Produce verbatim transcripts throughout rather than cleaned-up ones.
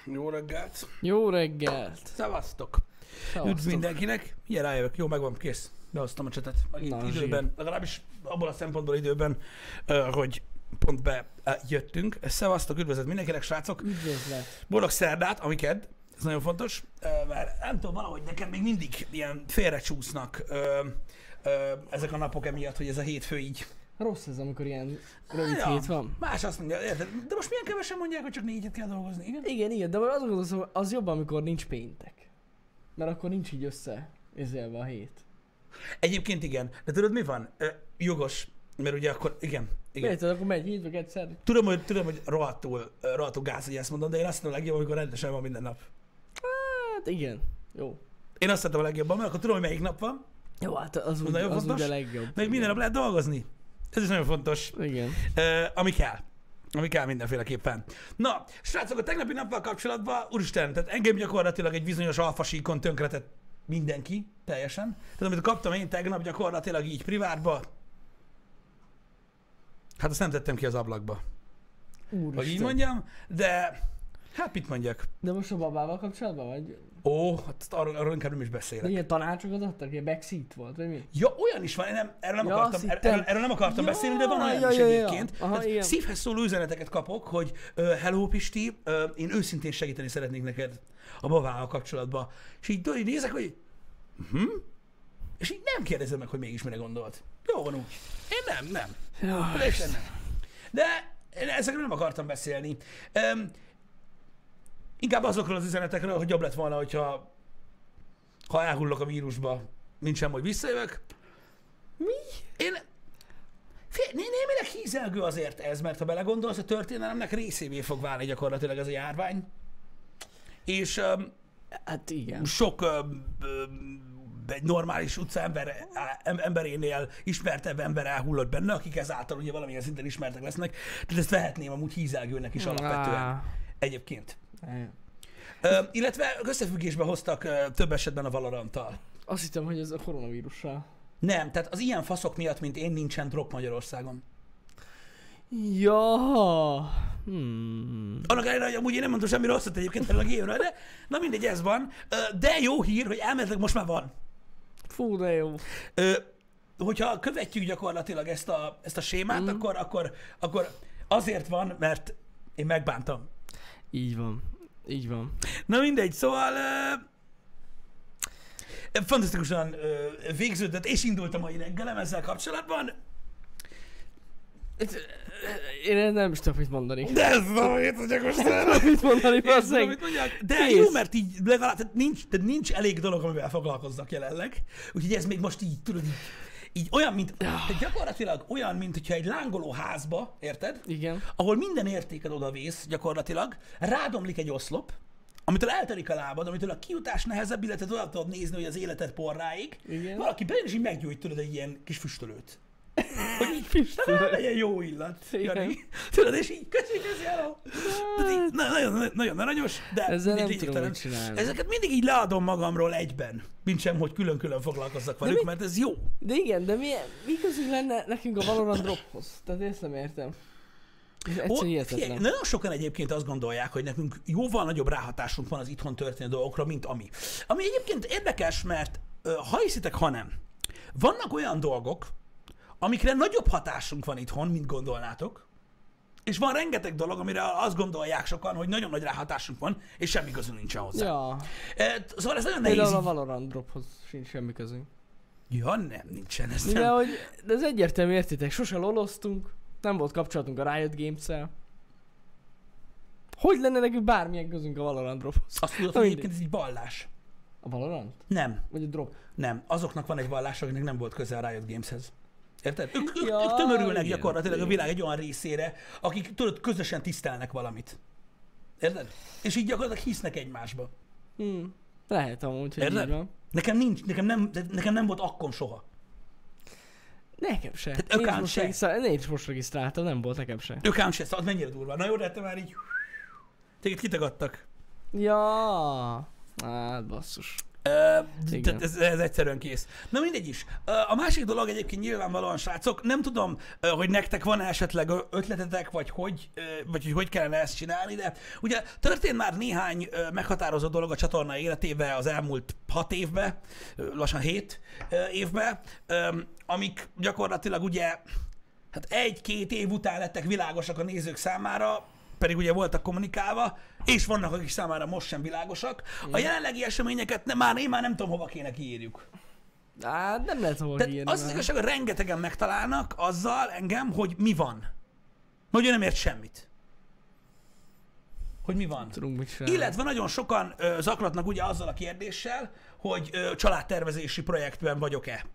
Jó reggelt! Jó reggelt! Szevasztok! Szevasztok. Üdv mindenkinek! Ilyen rájövök. Jó, megvan, kész. Behoztam a csetet. Megint Na, időben, zsír. legalábbis abból a szempontból időben, ö, hogy pont bejöttünk. Szevasztok, üdvözlet mindenkinek, srácok! Üdvözlet! Boldog szerdát, ami kedd. Ez nagyon fontos, ö, mert nem tudom, valahogy nekem még mindig ilyen félrecsúsznak ö, ö, ezek a napok emiatt, hogy ez a hétfő így. Rossz ez, amikor ilyen rövid Ja, hét van. Más azt mondja, érted? De most milyen kevesen mondják, hogy csak négyet kell dolgozni, igen? Igen, igen, de azt gondolom, hogy az jobb, amikor nincs péntek. Mert akkor nincs így össze ezzelve a hét. Egyébként igen, de tudod mi van? Ö, jogos, mert ugye akkor, igen, igen. Miért? Akkor megy hét, vagy egyszer? Tudom, hogy, tudom, hogy rohadtul, ö, rohadtul gáz, hogy ezt mondom, de én azt mondom a legjobb, amikor rendesen van minden nap. Hát igen. Jó. Én azt tettem a legjobban, mert akkor tudom, hogy melyik nap van, Jó, hát az, úgy, nagyon az úgy fontos. a legjobb. meg minden nap lehet dolgozni. Ez is nagyon fontos, Igen. ö, ami kell. Ami kell mindenféleképpen. Na, srácok, a tegnapi nappal kapcsolatban, úristen, tehát engem gyakorlatilag egy bizonyos alfasíkon tönkretett mindenki, teljesen. Tehát amit kaptam én tegnap gyakorlatilag így privátba, hát azt nem tettem ki az ablakba, Úristen. hogy így mondjam, de hát mit mondjak? De most a babával kapcsolatban vagy? Ó, hát arról, arról inkább nem is beszélek. De ilyen tanácsokat adtak? Ilyen backseat volt, vagy mi? Ja, olyan is van, én nem, erről nem Ja, akartam, azt er, hittem. erről, erről nem akartam Ja, beszélni, de van olyan ja, is ja, ja. egyébként. Aha, Tehát igen. szívhez szóló üzeneteket kapok, hogy uh, hello Pisti, uh, én őszintén segíteni szeretnék neked a babával kapcsolatban. És így, tudod, így nézek, hogy hm? És így nem kérdezem meg, hogy mégis mire gondolt. Jó van úgy. Én nem, nem. Ja. Teljesen nem. De én ezekről nem akartam beszélni. Um, inkább azokról az üzenetekről, hogy jobb lett volna, hogyha ha elhullok a vírusba, mint sem, hogy visszajövök. Mi? Én... Fél, né- némileg hízelgő azért ez, mert ha belegondolsz, a történelemnek részévé fog válni gyakorlatilag ez a járvány. És um, Hát igen. sok um, um, egy normális utcaember em- emberénél ismertebb ember elhullott benne, akik ezáltal ugye valamilyen szinten ismertek lesznek. Tehát ezt vehetném amúgy hízelgőnek is alapvetően. Á. Egyébként. Á. Ö, illetve összefüggésbe hoztak ö, több esetben a Valoranttal. Azt hittem, hogy ez a koronavírussal. Nem, tehát az ilyen faszok miatt, mint én, nincsen drop Magyarországon. Ja. Hmm. Annak ellenére, hogy amúgy én nem mondtam semmi rosszat egyébként erről a gémről, de na mindegy, ez van. Ö, de jó hír, hogy elméletileg most már van. Fú, de jó. Ö, hogyha követjük gyakorlatilag ezt a, ezt a sémát, mm. akkor, akkor, akkor azért van, mert én megbántam. Így van. Így van. Na mindegy, szóval ö, fantasztikusan ö, végződött, és indult a mai reggelem ezzel kapcsolatban. Én nem is tudok mit mondani. De ez van, amit mondjak most Nem tudok mit mondani, Érted, basszeg. amit mondjak? De Kész. jó, mert így legalább tehát nincs, tehát nincs elég dolog, amivel foglalkozzak jelenleg. Úgyhogy ez még most így, tudod, így, így olyan, mint, tehát gyakorlatilag olyan, mint hogyha egy lángoló házba, érted? Igen. Ahol minden értéked odavész gyakorlatilag, rádomlik egy oszlop, amitől eltelik a lábad, amitől a kijutás nehezebb, illetve tovább tudod nézni, hogy az életed porráig. Igen. Valaki bejön és így meggyújt, tudod, egy ilyen kis füstölőt. Hogy így, Füstölő. na, legyen jó illat. Igen. Jani. Tudod, és így, köszi, köszi, hello. Tehát így, na, nagyon, nagyon aranyos, de Ezzel nem mindig tudom lényegtelen. mit csinálni. Ezeket mindig így leadom magamról egyben, mint sem, hogy külön-külön foglalkozzak velük, mi- mert ez jó. De igen, de mi, mi közünk lenne nekünk a Valorant drophoz? Tehát én ezt nem értem. Ez Ó, egyszerűen figyelj, hihetetlen. nagyon sokan egyébként azt gondolják, hogy nekünk jóval nagyobb ráhatásunk van az itthon történő dolgokra, mint ami. Ami egyébként érdekes, mert ö, ha hiszitek, ha nem, vannak olyan dolgok, amikre nagyobb hatásunk van itthon, mint gondolnátok, és van rengeteg dolog, amire azt gondolják sokan, hogy nagyon nagy ráhatásunk van, és semmi közünk nincsen hozzá. Ja. E, szóval ez nagyon nehéz. Például a így- Valorant drophoz sincs semmi közünk. Ja, nem, nincsen ez. De Nem. hogy, de ez egyértelmű, értitek, sose loloztunk, nem volt kapcsolatunk a Riot Games-szel. Hogy lenne nekünk bármilyen közünk a Valorant drophoz? Azt tudod, Na hogy mindegy. egyébként ez egy vallás. A Valorant? Nem, Vagy a drop? nem. Azoknak van egy vallás, akinek nem volt köze a Riot Gameshez. Érted? Ők, ők, Ja, ők tömörülnek igen, gyakorlatilag a igen. világ egy olyan részére, akik tudod, közösen tisztelnek valamit. Érted? És így gyakorlatilag hisznek egymásba. Hmm. Lehet amúgy, hogy Érted? így van. Nekem nincs, nekem nem, de nekem nem volt akkom soha. Nekem se. Tehát Én is ökám most se. regisztrál- Én is most regisztráltam, nem volt nekem se. Ők ám se, szóval mennyire durva. Na jó, de te már így... Téged kitagadtak. Ja. Hát basszus. Tehát ez, ez egyszerűen kész. Na mindegy is. A másik dolog egyébként nyilvánvalóan, srácok, nem tudom, hogy nektek van esetleg ötletetek, vagy hogy, vagy hogy hogy kellene ezt csinálni, de ugye történt már néhány meghatározó dolog a csatorna életében az elmúlt hat évben, lassan hét évben, amik gyakorlatilag ugye hát egy-két év után lettek világosak a nézők számára, pedig ugye voltak kommunikálva, és vannak, akik számára most sem világosak. A jelenlegi eseményeket nem, már, én már nem tudom, hova kéne kiírjuk. Á, nem lehet hova Tehát kiírni. az az igazság, hogy rengetegen megtalálnak azzal engem, hogy mi van. Hogy ő nem ért semmit. Hogy mi van. Tudunk mit sem. Illetve nagyon sokan ö, zaklatnak ugye azzal a kérdéssel, hogy ö, családtervezési projektben vagyok-e.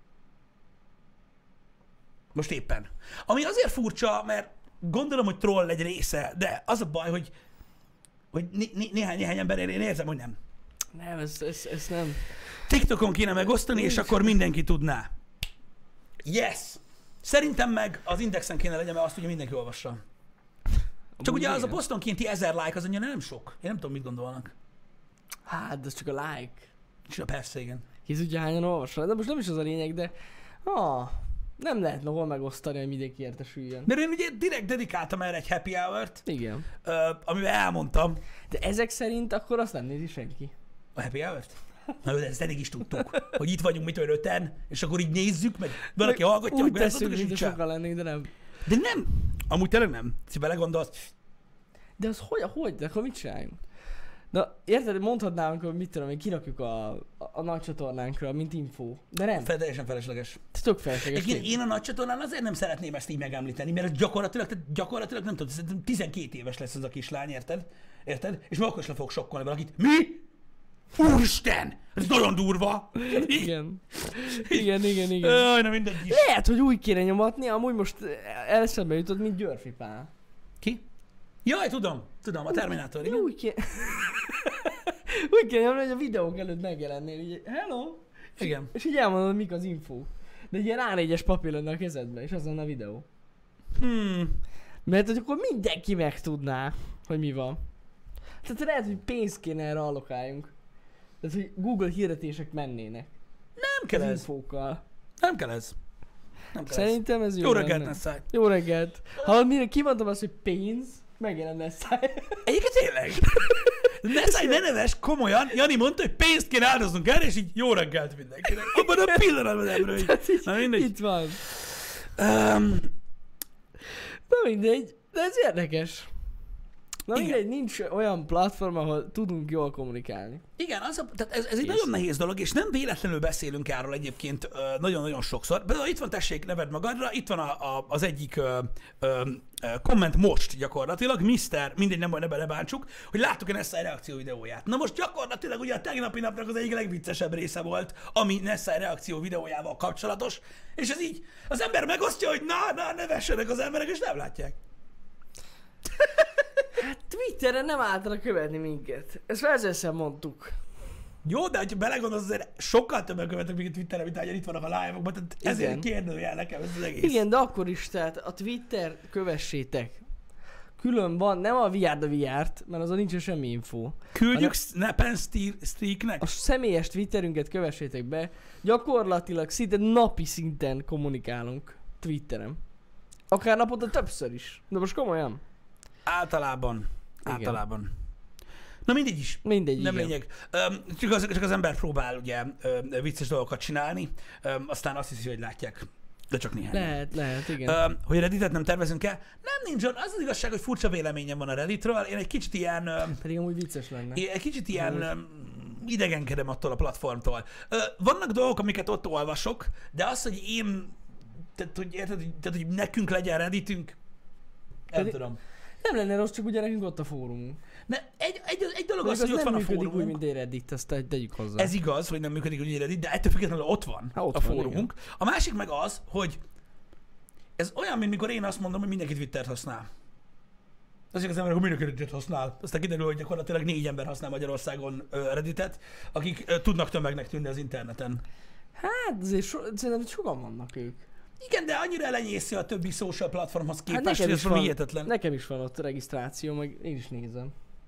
Most éppen. Ami azért furcsa, mert gondolom, hogy troll egy része, de az a baj, hogy, hogy né- né- néhány, néhány ember, én érzem, hogy nem. Nem, ez, ez, ez nem. TikTokon kéne megosztani, és akkor mindenki tudná. Yes! Szerintem meg az Indexen kéne legyen, mert azt ugye mindenki olvassa. Csak ugye az a posztonkénti ezer like az annyira nem sok. Én nem tudom, mit gondolnak. Hát, ez csak a like. És persze, igen. Hisz ugye hányan olvasol, de most nem is az a lényeg, de ah, nem lehetne hol megosztani, hogy mindenki értesüljön. Mert én ugye direkt dedikáltam erre egy happy hour-t, Igen. ö, amiben elmondtam. De ezek szerint akkor azt nem nézi senki. A happy hour-t? Na, de ezt eddig is tudtuk, hogy itt vagyunk mit olyan öten, és akkor így nézzük, meg valaki hallgatja, úgy meg teszünk, beleszóltuk, és mint így a csinál. sokan lennénk, de nem. De nem. Amúgy tényleg nem. Ha belegondolsz, De az hogy, hogy, de akkor mit csináljunk? Na, érted, mondhatnánk, hogy mit tudom én, kirakjuk a, a, a nagy csatornánkra, mint info. De nem. fel, teljesen felesleges. Ez tök felesleges. Egyébként én a nagy csatornán azért nem szeretném ezt így megemlíteni, mert ez gyakorlatilag, tehát gyakorlatilag nem tudom, szerintem tizenkét éves lesz ez a kislány, érted? Érted? És már akkor is le fog sokkolni valakit. Mi? Úristen! Ez nagyon durva! Igen. Igen, igen, igen. Jaj, na mindegy is. Lehet, hogy úgy kéne nyomatni, amúgy most eszembe jutott, mint Györfi Pál. Ki? Jaj, tudom, tudom, a Terminátor, igen. Úgy kéne... úgy kéne nyomni, hogy a videók előtt megjelennél, így hello! Igen. És így elmondod, mik az info. De egy ilyen á négyes papír lenne a kezedben, és az lenne a videó. Hmm. Mert hogy akkor mindenki megtudná, hogy mi van. Tehát lehet, hogy pénzt kéne erre allokáljunk. Tehát, hogy Google hirdetések mennének. Nem kell Az ez. infókkal. Nem kell ez. Nem kell ez. Szerintem ez jó Jó reggelt, lenne. Nessai. Jó reggelt. Ha mire kimondtam azt, hogy pénz, megjelent Nessai. Egyébként tényleg. Nessai, ne neves, komolyan. Jani mondta, hogy pénzt kéne áldoznunk erre, és így jó reggelt mindenkinek. Abban a pillanatban ebből így. Na mindegy. Itt van. Um, Na mindegy, de ez érdekes. Na Igen. mindegy, nincs olyan platform, ahol tudunk jól kommunikálni. igen, az a, tehát ez, ez egy Kész. nagyon nehéz dolog, és nem véletlenül beszélünk erről egyébként ö, nagyon-nagyon sokszor. Például itt van, tessék, neved magadra, itt van a, a, az egyik ö, ö, ö, komment most gyakorlatilag, miszter, mindegy, nem baj, ne belebántsuk, hogy láttuk-e Nessai reakció videóját. Na most gyakorlatilag ugye a tegnapi napnak az egyik legviccesebb része volt, ami Nessai reakció videójával kapcsolatos, és ez így, az ember megosztja, hogy na, na, ne vessenek az emberek, és nem látják. Hát Twitteren nem álltanak követni minket. Ezt felzősen mondtuk. Jó, de ha belegondolsz, azért sokkal többen követnek minket Twitteren, mint ahogyan itt vannak a live-okban, tehát ezért Igen. kérdőjel nekem ez az egész. Igen, de akkor is, tehát a Twitter kövessétek. Külön van, nem a We Are the We Are-t, mert azon nincsen semmi info. Küldjük Snapen Streaknek. A személyes Twitterünket kövessétek be. Gyakorlatilag szinte napi szinten kommunikálunk Twitteren. Akár naponta többször is. De most komolyan. Általában. Igen. Általában. Na mindegy is. Mindegy, Nem igen. lényeg. Öm, csak, az, csak az ember próbál ugye öm, vicces dolgokat csinálni, öm, aztán azt hiszi, hogy látják. De csak néhány. Lehet, lehet, igen. Öm, hogy Redditet nem tervezünk el? Nem, nincs. Az az igazság, hogy furcsa véleményem van a Redditről. Én egy kicsit ilyen... öm, Pedig amúgy vicces lenne. Én egy kicsit ilyen Amúgy. öm, idegenkedem attól a platformtól. Ö, vannak dolgok, amiket ott olvasok, de az, hogy én, tehát hogy, érted, hogy- tehát, hogy nekünk legyen Redditünk, nem Pedig- tudom. Nem lenne rossz, csak ugye nekünk ott a fórumunk. Ne, egy, egy, egy dolog az, Mondjuk hogy ott van a működik úgy, fórumunk. mint egy Reddit, azt te- tegyük hozzá. Ez igaz, hogy nem működik úgy Reddit, de ettől függetlenül ott van Há, ott a van, fórumunk. A másik meg az, hogy ez olyan, mint mikor én azt mondom, hogy mindenki Twittert használ. Azért az emberek, hogy mindenki Redditet használ. Aztán kiderül, hogy gyakorlatilag négy ember használ Magyarországon ö, Redditet, akik ö, tudnak tömegnek tűnni az interneten. Hát azért so, szerintem sokan vannak ők. Igen, de annyira elenyésző a többi social platformhoz Hát képest, nekem hogy ez is valami van, hihetetlen. nekem is van ott regisztráció, meg én is nézem.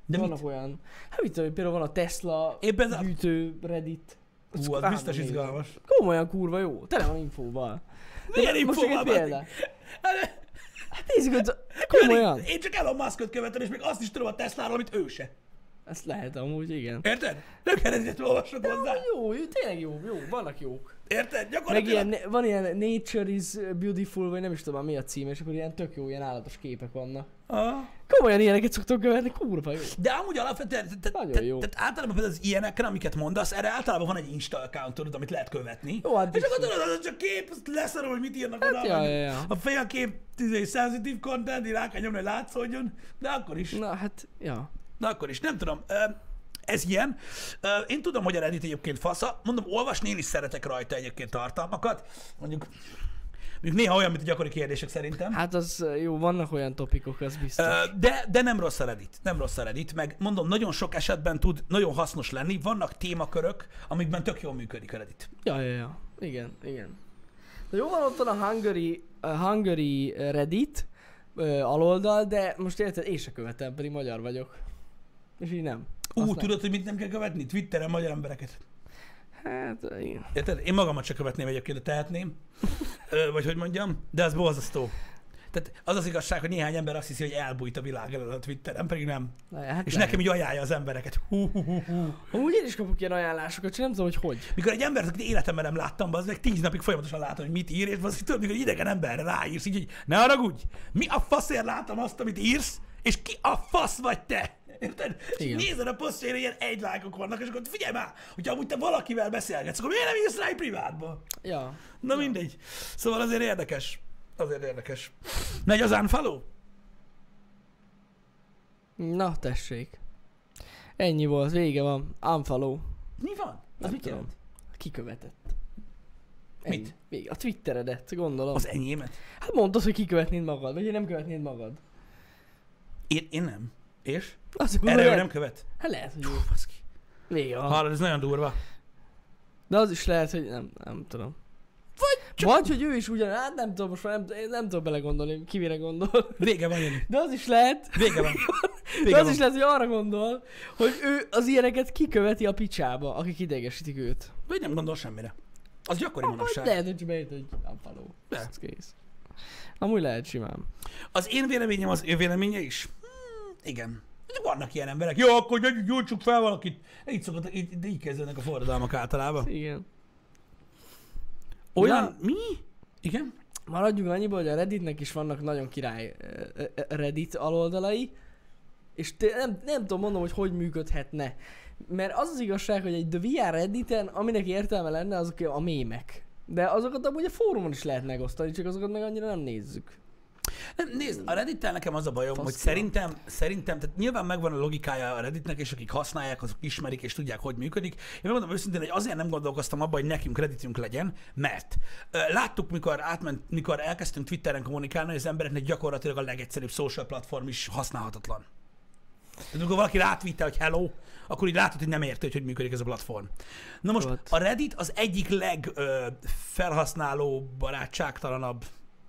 De vannak mit? olyan, hát mit tudom, például van a Tesla Éppen ez a- gyűjtő Reddit. Az Hú, az kurva biztos nézem. izgalmas. Komolyan kurva jó, tele van infóval. Milyen Most csak infóval, egy példa. Hát, Hát nézzük, hogy komolyan. Én csak Elon Muskot követem, és még azt is tudom a Tesláról, amit ő se. Ezt lehet amúgy, igen. Érted? Nem kell ezért olvasnod hozzá. Jó, jó, tényleg jó, jó, vannak jók. Érted? Meg Gyakorlatilag... ilyen, van ilyen Nature is Beautiful, vagy nem is tudom mi a cím, és akkor ilyen tök jó, ilyen állatos képek vannak. Ah. Komolyan ilyeneket szoktok követni, kurva jó. De amúgy alapvetően, te- te- Nagyon te- jó. tehát általában például az ilyenekre, amiket mondasz, erre általában van egy Insta accountod, amit lehet követni. Jó, hát és akkor biztos. tudod, az csak kép, azt leszarom, hogy mit írnak Hát oda. ja, hogy ja, ja. A félkép, izé, sensitive content, így rá kell nyomni, hogy látszódjon, de akkor is. Na hát, ja. Na akkor is, nem tudom. Ö, Ez ilyen. Ö, Én tudom, hogy a Reddit egyébként fasza. Mondom, olvasni én is szeretek rajta egyébként tartalmakat. Mondjuk, mondjuk néha olyan, mint a gyakori kérdések szerintem. Hát az jó, vannak olyan topikok, az biztos. Ö, De, de nem rossz a Reddit. Nem rossz a Reddit, meg mondom, nagyon sok esetben tud nagyon hasznos lenni. Vannak témakörök, amikben tök jól működik a Reddit. Ja, ja, ja. Igen, igen. De jó van, ott van a Hungary, a Hungary Reddit ö, aloldal, de most érted, én se követem, pedig magyar vagyok. És így nem. Ú, Azt nem. tudod, hogy mit nem kell követni? Twitteren magyar embereket. Hát, igen. Érted? Én magamat se követném egyébként, de tehetném. Ö, vagy hogy mondjam, de az borzasztó. Tehát az az igazság, hogy néhány ember azt hiszi, hogy elbújt a világ elől a Twitteren, pedig nem. Na, hát És lehet. nekem így ajánlja az embereket. Hú, hú, hú, hú. Amúgy én is kapok ilyen ajánlásokat, csak nem tudom, hogy hogy. Mikor egy embert, akit életemben nem láttam, az meg tíz napig folyamatosan látom, hogy mit ír, és az tudod, mikor egy idegen emberre ráírsz, így, hogy ne haragudj, mi a faszért látom azt, amit írsz, és ki a fasz vagy te? Érted? És Igen. nézed a posztjaira, ilyen egy lájkok vannak, és akkor figyelj már, hogyha amúgy te valakivel beszélgetsz, akkor miért nem írsz rá egy privátba? Ja. Na mindegy. Szóval azért érdekes. Azért érdekes. Megy az unfollow? Na, tessék. Ennyi volt, vége van. Unfollow. Mi van? Az Nem mit tudom. jelent? Kikövetett. Ennyi. Mit? Vége. A Twitteredet, gondolom. Az enyémet? Hát mondtad, hogy kikövetnéd magad, vagy hogy nem követnéd magad. Én, én nem. És? Azt Erre ő lehet, nem követ? Hát lehet, hogy Hú, jó. baszki. Vége van. Hallod, ez nagyon durva. De az is lehet, hogy nem, nem tudom. Vagy csak... Vagy, hogy ő is ugyan, hát nem tudom, most már nem, én nem tudom belegondolni, ki mire gondol. Vége van, Jani. De az is lehet, Vége van. de Vége az van. is lehet, hogy arra gondol, hogy ő az ilyeneket kiköveti a picsába, akik idegesítik őt. Vagy nem gondol semmire. Az gyakori Vagy manapság. lehet, hogy beírt, hogy unfollow. De. Ez kész. Amúgy lehet simán. Az én véleményem az ő véleménye is? Hmm, igen. Vannak ilyen emberek. Jó, akkor gyerünk, gyújtsuk fel valakit. Így szokott, így, így kezdődnek a forradalmak általában. Igen. Olyan... Na. Mi? Igen? Maradjunk annyiból, hogy a Redditnek is vannak nagyon király ö, ö, Reddit aloldalai, és te, nem, nem tudom mondom, hogy hogy működhetne. Mert az az igazság, hogy egy The vé er Redditen, aminek értelme lenne, azok a mémek. De azokat amúgy a fórumon is lehet megosztani, csak azokat meg annyira nem nézzük. Nem, nézd, a Reddittel nekem az a bajom, Fasz hogy ki szerintem, szerintem, tehát nyilván megvan a logikája a Redditnek, és akik használják, azok ismerik és tudják, hogy működik. Én megmondom őszintén, hogy azért nem gondolkoztam abban, hogy nekünk Redditünk legyen, mert ö, láttuk, mikor átment, mikor elkezdtünk Twitteren kommunikálni, hogy az embereknek gyakorlatilag a legegyszerűbb social platform is használhatatlan. Tehát amikor valaki rátvitte, hogy hello, akkor így látod, hogy nem érte, hogy hogy működik ez a platform. Na most Ott. a Reddit az egyik legfelhasználó barátságtalanabb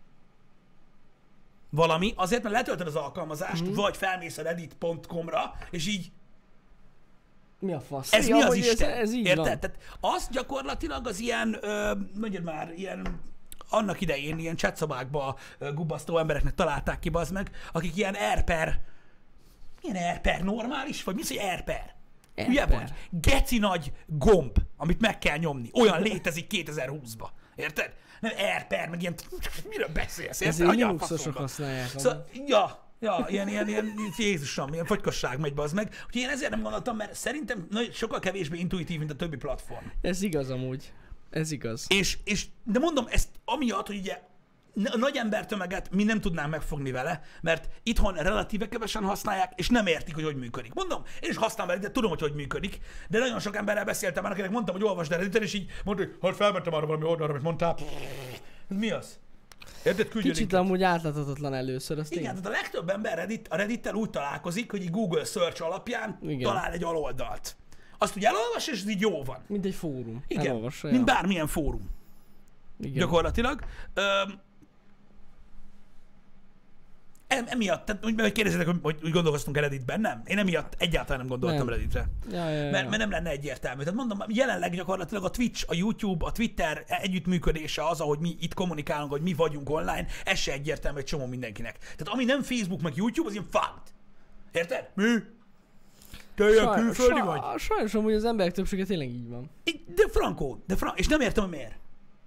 valami, azért, mert letöltöd az alkalmazást, Mhm. vagy felmész a reddit pont com-ra, és így Mi a fasz? ez Ja, mi az hogy Isten? Ez, ez így Érted? van. Tehát az gyakorlatilag az ilyen, ö, mondjad már, ilyen annak idején ilyen chatszobákba ö, gubasztó embereknek találták ki, bazd meg, akik ilyen erper, milyen erper, normális? Vagy mi az, hogy erper? Hülye Erper. vagy? Geci nagy gomb, amit meg kell nyomni. Olyan létezik kétezer-húszban. Érted? Nem erper, meg ilyen, miről beszélsz? Ez Érted? így Hagyja a nyugsosok faszomba. használják. Szóval, ja, ja, ilyen, ilyen, ilyen, Jézusom, ilyen fogykosság megy be az meg. Úgyhogy én ezért nem gondoltam, mert szerintem nagy, sokkal kevésbé intuitív, mint a többi platform. Ez igaz amúgy. Ez igaz. És, és de mondom, ezt amiatt, hogy ugye a nagy embertömeget mi nem tudnánk megfogni vele, mert itthon relatíve kevesen használják, és nem értik, hogy hogy működik. Mondom, én is használom vele, de tudom, hogy hogy működik, de nagyon sok emberrel beszéltem már, akinek mondtam, hogy olvasd el Redditen, és így mondta, hogy ha felmentem arra valami oldalra, amit mondtál. Ez mi az? Érted? Küldj Kicsit linket. amúgy átláthatatlan először, azt Igen, én. tehát a legtöbb ember Reddit, a Reddittel úgy találkozik, hogy így Google search alapján Igen. talál egy aloldalt. Azt ugye elolvas, és ez így jó van. Mint egy fórum. Igen, Elolvassa, mint ja. bármilyen fórum. Igen. Gyakorlatilag. Öm, em, emiatt, tehát úgy, hogy kérdezitek, hogy, hogy úgy gondolkoztunk Redditben, nem. Én emiatt egyáltalán nem gondoltam Nem. Redditre. Ja, ja, ja. Mert, mert nem lenne egyértelmű. Tehát mondom, jelenleg gyakorlatilag a Twitch, a YouTube, a Twitter együttműködése az, ahogy mi itt kommunikálunk, hogy mi vagyunk online, ez se egyértelmű egy csomó mindenkinek. Tehát ami nem Facebook meg YouTube, az ilyen fucked. Érted? Mi? Te ilyen Saj- külföldi saj- vagy? Sajnos amúgy az emberek többsége tényleg így van. De frankó, de frank, és nem értem, hogy miért.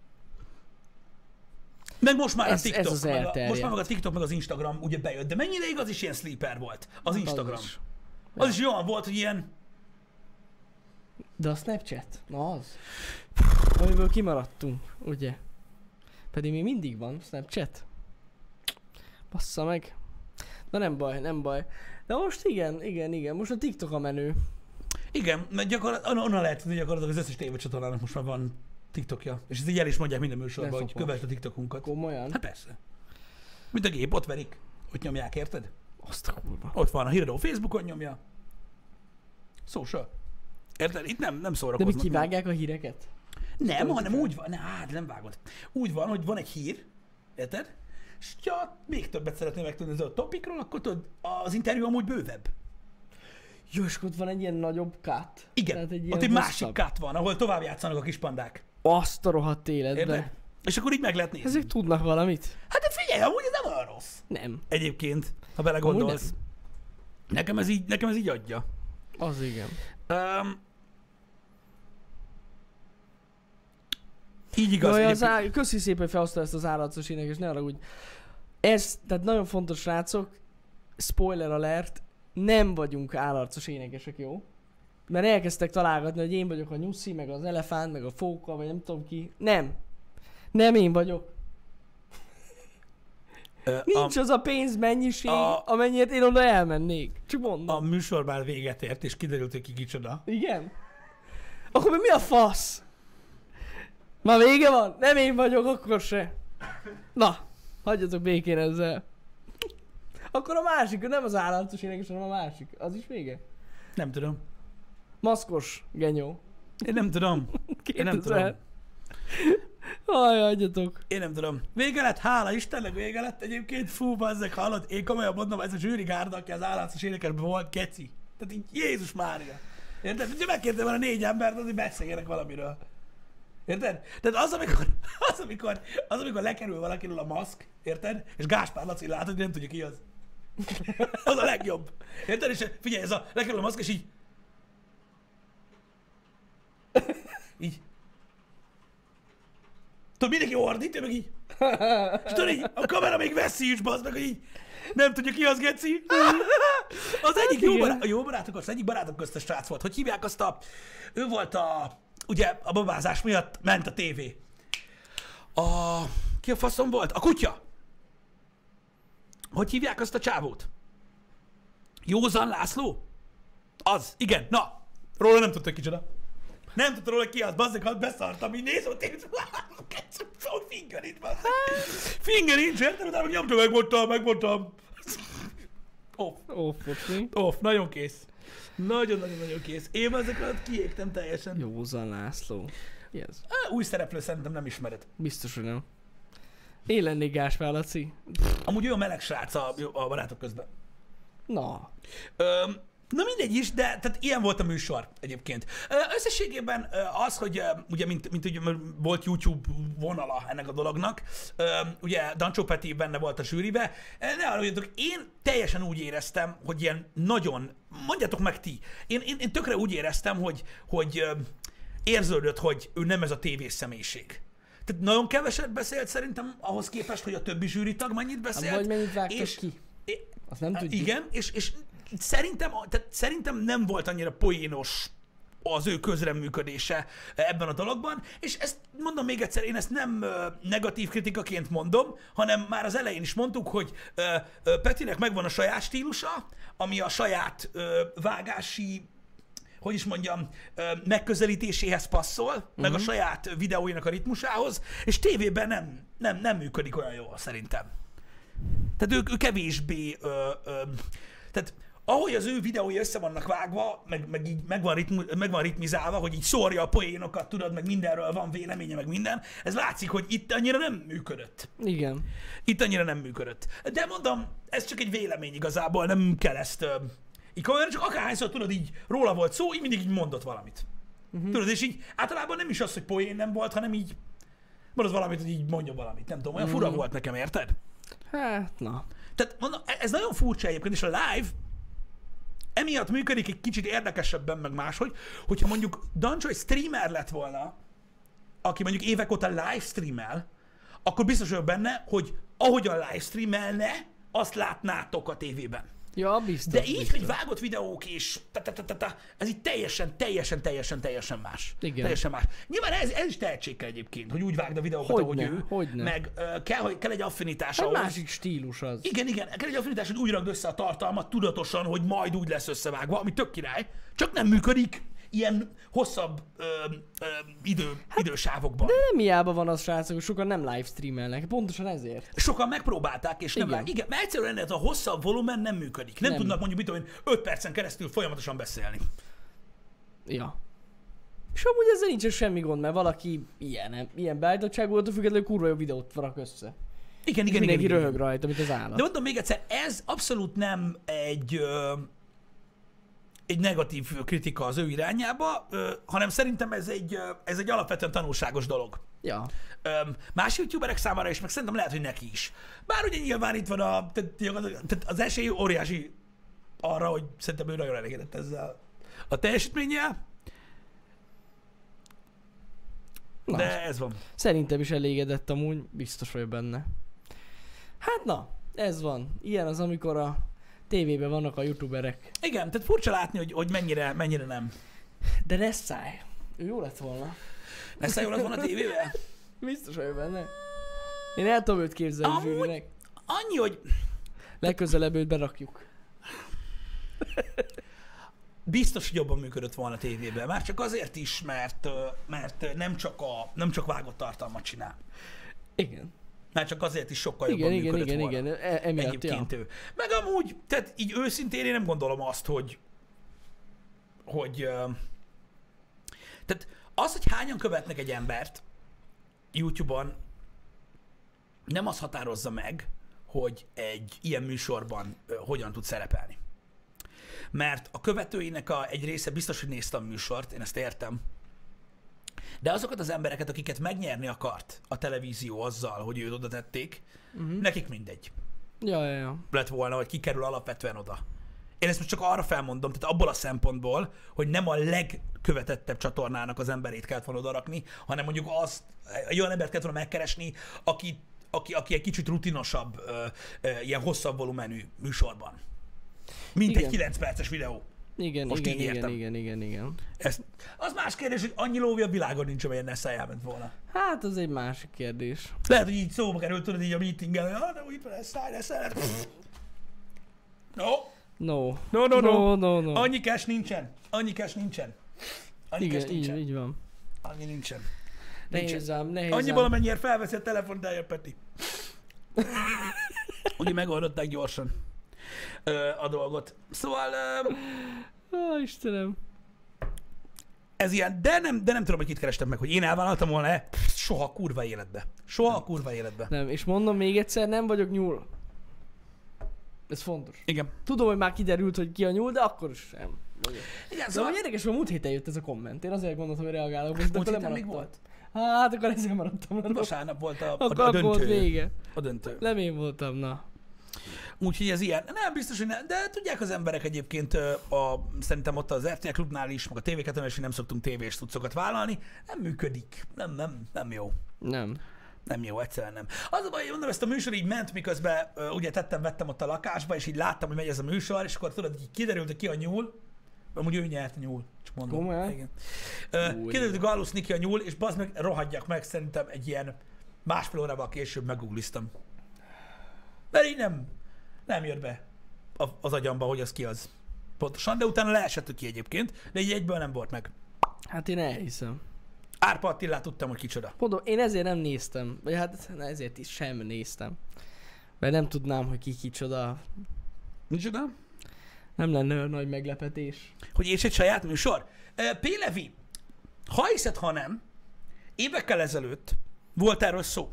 Meg most már Ez- a ez TikTok, az meg a, elterjedt. most már meg a TikTok, meg az Instagram ugye bejött, de mennyi ideig az is ilyen sleeper volt, az Hát Instagram. Az is. Az is olyan volt, hogy ilyen, De a Snapchat? Na az. Amiből kimaradtunk, ugye? Pedig még mindig van Snapchat. Bassza meg. Na nem baj, nem baj. De most igen, igen, igen. Most a TikTok a menő. igen, mert gyakorlatilag onnan lehet, hogy gyakorlatilag az összes tévécsatornának most már van TikTokja. És ezt így el is mondják minden műsorban, De hogy szopos. kövesd a TikTokunkat. Komolyan? Hát persze. Mint a gép, ott verik, ott nyomják, érted? Azt a kurva. Ott van a híradó Facebookon nyomja. Social. Érted? Itt nem, nem De mi szórakoznak. kivágják a híreket? Nem, Tudod, hanem fel. úgy van, ne, hát nem vágod. Úgy van, hogy van egy hír, érted? És ha még többet szeretnél megtudni az a topikról, akkor tudod, az interjú amúgy bővebb. Jó, és ott van egy ilyen nagyobb cut. Igen, Tehát egy ott ilyen egy másik hosszabb. cut van, ahol tovább játszanak a kis pandák. Azt a rohadt életbe. Érted? És akkor így meg lehet nézni. Ezek tudnak valamit? Hát de figyelj, amúgy ez nem olyan rossz. Nem. Egyébként, ha Amúgy belegondolsz. Nekem ez így, nekem ez így adja. Az igen. Um, így igaz. Jaj, az egyébként. á... Köszi szépen, hogy felhoztad ezt az állatos énekes, ne arra úgy. Ez, tehát nagyon fontos, srácok, spoiler alert, nem vagyunk állarcos énekesek, jó? Mert elkezdtek találgatni, hogy én vagyok a nyuszi, meg az elefánt, meg a fóka, vagy nem tudom ki. Nem. Nem én vagyok. Ö, Nincs az a pénzmennyiség, a- amennyiért én oda elmennék. Csak mondom. a, a műsor már véget ért, és kiderült, hogy ki kicsoda. Igen? Akkor még mi a fasz? Már vége van? Nem én vagyok, akkor se. Na, hagyjatok békén ezzel. Akkor a másik, nem az állatos énekes, hanem a másik. Az is vége? Nem tudom. Maszkos genyó. Én nem tudom. Én nem tudom. Aj, hagyjatok. Én nem tudom. Vége lett, hála Istennek vége lett egyébként. Fú, bazzeg, hallod? Én komolyan mondom, ez a zsűri gárda, aki az állásos énekesben volt, geci. Tehát így Jézus Mária. Érted? Ugye megkértem volna négy embert, hogy beszéljenek valamiről. Érted? Tehát az, amikor, az, amikor, az, amikor lekerül valakiről a maszk, érted? És Gáspár Laci látod, hogy nem tudja ki az. Az a legjobb. Érted? És figyelj, ez a lekerül a maszk, és így... Így. Tudod, mindenki ordít, ő meg így. És tudod, így, a kamera még veszi is, bazd meg, hogy így. Nem tudja ki az, geci. Az egyik jó, igen. barát, a jó barátok, az egyik barátok közt a srác volt. Hogy hívják azt a... Ő volt a... Ugye a babázás miatt ment a tévé. A... Ki a faszom volt? A kutya. Hogy hívják azt a csávót? Józan László? Az, igen, na. Róla nem tudta kicsoda. Nem tudta róla ki az, bazzeg, ha beszartam, így nézem, hogy tényleg, hogy finger nincs, bazzeg. Finger nincs, érted? Utána nyomta, megmondtam, megmondtam. Off, Ó, fotni. off, nagyon kész. Nagyon-nagyon-nagyon kész. Én ezek alatt kiégtem teljesen. Józan László. Mi ez? Á, új szereplő szerintem nem ismered. Biztos, hogy nem. Én lennék Gáspár Laci. Amúgy olyan meleg srác a, a barátok közben. Na. Öm, na mindegy is, de tehát ilyen volt a műsor egyébként. Ö, Összességében ö, az, hogy ö, ugye, mint, mint ugye volt YouTube vonala ennek a dolognak, ö, ugye Dancsó Peti benne volt a zsűribe, Ö, ne arra mondjatok, én teljesen úgy éreztem, hogy ilyen nagyon, mondjátok meg ti, én, én, én tökre úgy éreztem, hogy, hogy ö, érződött, hogy ő nem ez a tévés személyiség. Tehát nagyon keveset beszélt szerintem ahhoz képest, hogy a többi zsűritag mennyit beszélt. Vagy mennyit vágtak és, ki? É, Azt nem tudjuk. igen, és, és szerintem, tehát szerintem nem volt annyira poénos az ő közreműködése ebben a dologban, és ezt mondom még egyszer, én ezt nem ö, negatív kritikaként mondom, hanem már az elején is mondtuk, hogy ö, ö, Petinek megvan a saját stílusa, ami a saját ö, vágási, hogy is mondjam, ö, megközelítéséhez passzol, uh-huh. meg a saját videóinak a ritmusához, és tévében nem, nem, nem működik olyan jól szerintem. Tehát ő, ő kevésbé, ö, ö, tehát ahogy az ő videói össze vannak vágva, meg, meg így meg van, ritmu, meg van ritmizálva, hogy így szórja a poénokat, tudod, meg mindenről van véleménye, meg minden, ez látszik, hogy itt annyira nem működött. Igen. Itt annyira nem működött. De mondom, ez csak egy vélemény igazából, nem kell ezt ö, így komolyan, csak akárhányszor tudod, így róla volt szó, így mindig így mondott valamit. Uh-huh. Tudod, és így általában nem is az, hogy poén nem volt, hanem így mondod valamit, hogy így mondja valamit. Nem tudom, olyan uh-huh. fura volt nekem, érted? Hát, na. Tehát mondom, ez nagyon furcsa egyébként, és a live emiatt működik egy kicsit érdekesebben, meg máshogy, hogyha mondjuk Dancsó egy streamer lett volna, aki mondjuk évek óta live streamel, akkor biztos vagyok benne, hogy ahogyan live streamelne, azt látnátok a tévében. Ja, biztos. De így, biztos. hogy vágott videók és ta, ta, ta, ta, ta, ez így teljesen, teljesen, teljesen, teljesen más. Igen. Teljesen más. Nyilván ez, ez is tehetség kell egyébként, hogy úgy vágd a videókat, Hogyne, ahogy ő. hogyne. Meg uh, kell, hogy kell egy affinitás Hát ahhoz. másik stílus az. Igen, igen, kell egy affinitás, hogy úgy rakd össze a tartalmat tudatosan, hogy majd úgy lesz összevágva, ami tök király, csak nem működik ilyen hosszabb ö, ö, idő, hát, idősávokban. De nem hiába van az, srácok, hogy sokan nem live streamelnek. Pontosan ezért. Sokan megpróbálták, és nem Igen. vág. Igen, mert egyszerűen ez a hosszabb volumen nem működik. Nem, Nem. tudnak mondjuk mit tudom én, öt percen keresztül folyamatosan beszélni. Ja. És amúgy ezzel nincsen semmi gond, mert valaki ilyen, ilyen beállítottságú volt, függetlenül kurva jó videót rak össze. Igen, igen, Mindenki igen, igen. röhög rajta, mint az állat. De mondom még egyszer, ez abszolút nem egy, ö, egy negatív kritika az ő irányába, ö, hanem szerintem ez egy, ö, ez egy alapvetően tanulságos dolog. Ja. Ö, más youtuberek számára is, meg szerintem lehet, hogy neki is. Bár ugye nyilván itt van a, tehát, tehát az esély óriási arra, hogy szerintem ő nagyon elégedett ezzel a teljesítménnyel. Na, De ez van. szerintem is elégedett amúgy, biztos vagyok benne. Hát na, ez van. Ilyen az, amikor a tévében vannak a youtuberek. Igen, tehát furcsa látni, hogy, hogy mennyire, mennyire nem. De Nessai, ő jó lett volna. Ezt jól lett volna a tévével? Biztos vagyok benne. Én el tudom őt képzelni Amúgy- zsűrinek. Annyi, hogy Legközelebb őt berakjuk. biztos, hogy jobban működött volna a tévében. Már csak azért is, mert, ö, mert nem csak, a, nem csak vágott tartalmat csinál. Igen. Már csak azért is sokkal Igen, jobban igen, működött igen, volna. igen. E- emiatt, ja. Egyébként ő. Meg amúgy, tehát így őszintén én nem gondolom azt, hogy hogy ö, tehát az, hogy hányan követnek egy embert YouTube-on, nem az határozza meg, hogy egy ilyen műsorban ö, hogyan tud szerepelni. Mert a követőinek a, egy része biztos, hogy nézte a műsort, én ezt értem, de azokat az embereket, akiket megnyerni akart a televízió azzal, hogy őt oda tették, uh-huh. nekik mindegy Ja, ja, ja. lett volna, hogy kikerül alapvetően oda. Én ezt most csak arra felmondom, tehát abból a szempontból, hogy nem a legkövetettebb csatornának az emberét kellett volna odarakni, hanem mondjuk azt, egy olyan embert kellett volna megkeresni, aki, aki, aki egy kicsit rutinosabb, ö, ö, ilyen hosszabb volumenű műsorban. Mint Igen. egy kilenc perces videó. Igen, Most igen, így igen, értem. igen, igen, igen. Ezt, az más kérdés, hogy annyi lóvé a világon nincs, amelyen Nessai elment volna. Hát, az egy másik kérdés. Lehet, hogy így szóba került, tudod, így a meetingen, hogy ah, de itt van Nessai, Nessai. No, No. no, no, no. No, no, no. Annyi cash nincsen. Annyi cash nincsen. Annyi Igen, cash így, nincsen. így van. Annyi nincsen. Nehéz ám, nehéz Annyiból, ám. amennyire felveszi a telefont, eljön Peti. Ugye megoldották gyorsan ö, a dolgot. Szóval ö, Ó, Istenem. ez ilyen, de nem, de nem tudom, hogy kit kerestem meg, hogy én elvállaltam volna-e. Soha a kurva életbe. Soha a kurva életbe. Nem, és mondom még egyszer, nem vagyok nyúl. Ez fontos. Igen. Tudom, hogy már kiderült, hogy ki a nyúl, de akkor is sem. Igen, De szóval szóval... érdekes, hogy múlt héten jött ez a komment. Én azért gondoltam, hogy reagálok, most de múlt akkor héten még lemaradtam. volt. Hát, akkor ezzel maradtam. le. Vasárnap volt a, a, Akkor, a akkor volt döntő. vége. A döntő. Nem én voltam, na. Úgyhogy ez ilyen. Nem, biztos, hogy nem. De tudják az emberek egyébként, ö, a, szerintem ott az er té el klubnál is, meg a té vé kettőnél is, hogy nem szoktunk tévés cuccokat vállalni. Nem működik. Nem, nem, nem jó. Nem. Nem jó, egyszerűen nem. Az a baj, hogy mondom, ezt a műsor így ment, miközben ö, ugye tettem, vettem ott a lakásba, és így láttam, hogy megy ez a műsor, és akkor tudod, így kiderült, hogy ki a nyúl. Amúgy ő nyert a nyúl. Csak mondom. Komolyan? Igen. Ö, Új. kiderült, hogy Gallus Niki a nyúl, és bazd meg, rohadjak meg, szerintem egy ilyen másfél órával később meggoogliztam. Mert így nem, nem jött be a- az agyamba, hogy az ki az. Pontosan, de utána leesett ki egyébként, de így egyből nem volt meg. Hát én elhiszem. Árpa Attilát tudtam, hogy kicsoda. Mondom, én ezért nem néztem. Vagy hát ezért is sem néztem. Mert nem tudnám, hogy ki kicsoda. Micsoda? Nem lenne olyan nagy meglepetés. Hogy és egy saját műsor. P. Levi, ha hiszed, ha nem, évekkel ezelőtt volt erről szó.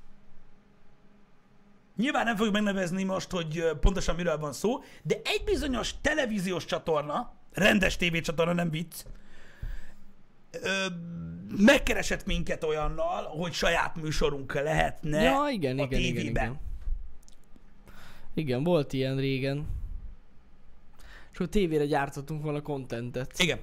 Nyilván nem fogjuk megnevezni most, hogy pontosan miről van szó, de egy bizonyos televíziós csatorna, rendes tévécsatorna, nem vicc, ö, megkeresett minket olyannal, hogy saját műsorunk lehetne Ja, igen, a igen, igen, tévében. igen. Igen, volt ilyen régen. És akkor tévére gyártottunk volna contentet. Igen.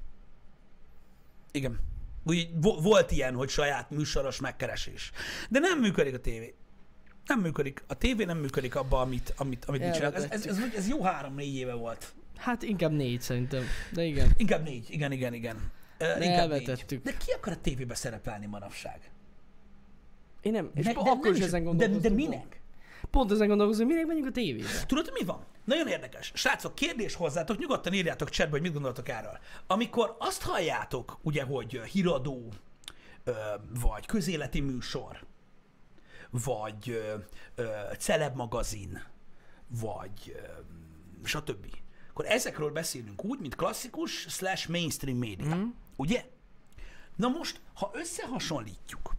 Igen. Úgy vo- volt ilyen, hogy saját műsoros megkeresés. De nem működik a tévé. Nem működik. A tévé nem működik abba, amit, amit, amit mi csinálunk. Ez, ez, ez, ez jó három-négy éve volt. Hát inkább négy szerintem, de igen. Inkább négy. Igen, igen, igen. Uh, De inkább elvetettük. négy. De ki akar a tévébe szerepelni manapság? Én nem, és Ne- ne, de akkor nem is is- ezen de, gondolkoztam. de minek? Pont ezen gondolkozom, hogy minek menjünk a tévébe. Tudod, mi van? Nagyon érdekes. Srácok, kérdés hozzátok, nyugodtan írjátok chatbe, hogy mit gondoltok erről. Amikor azt halljátok, ugye, hogy híradó, ö, vagy közéleti műsor, vagy ö, ö, celeb magazin, vagy ö, stb. Akkor ezekről beszélünk úgy, mint klasszikus slash mainstream média. Mm. Ugye? Na most, ha összehasonlítjuk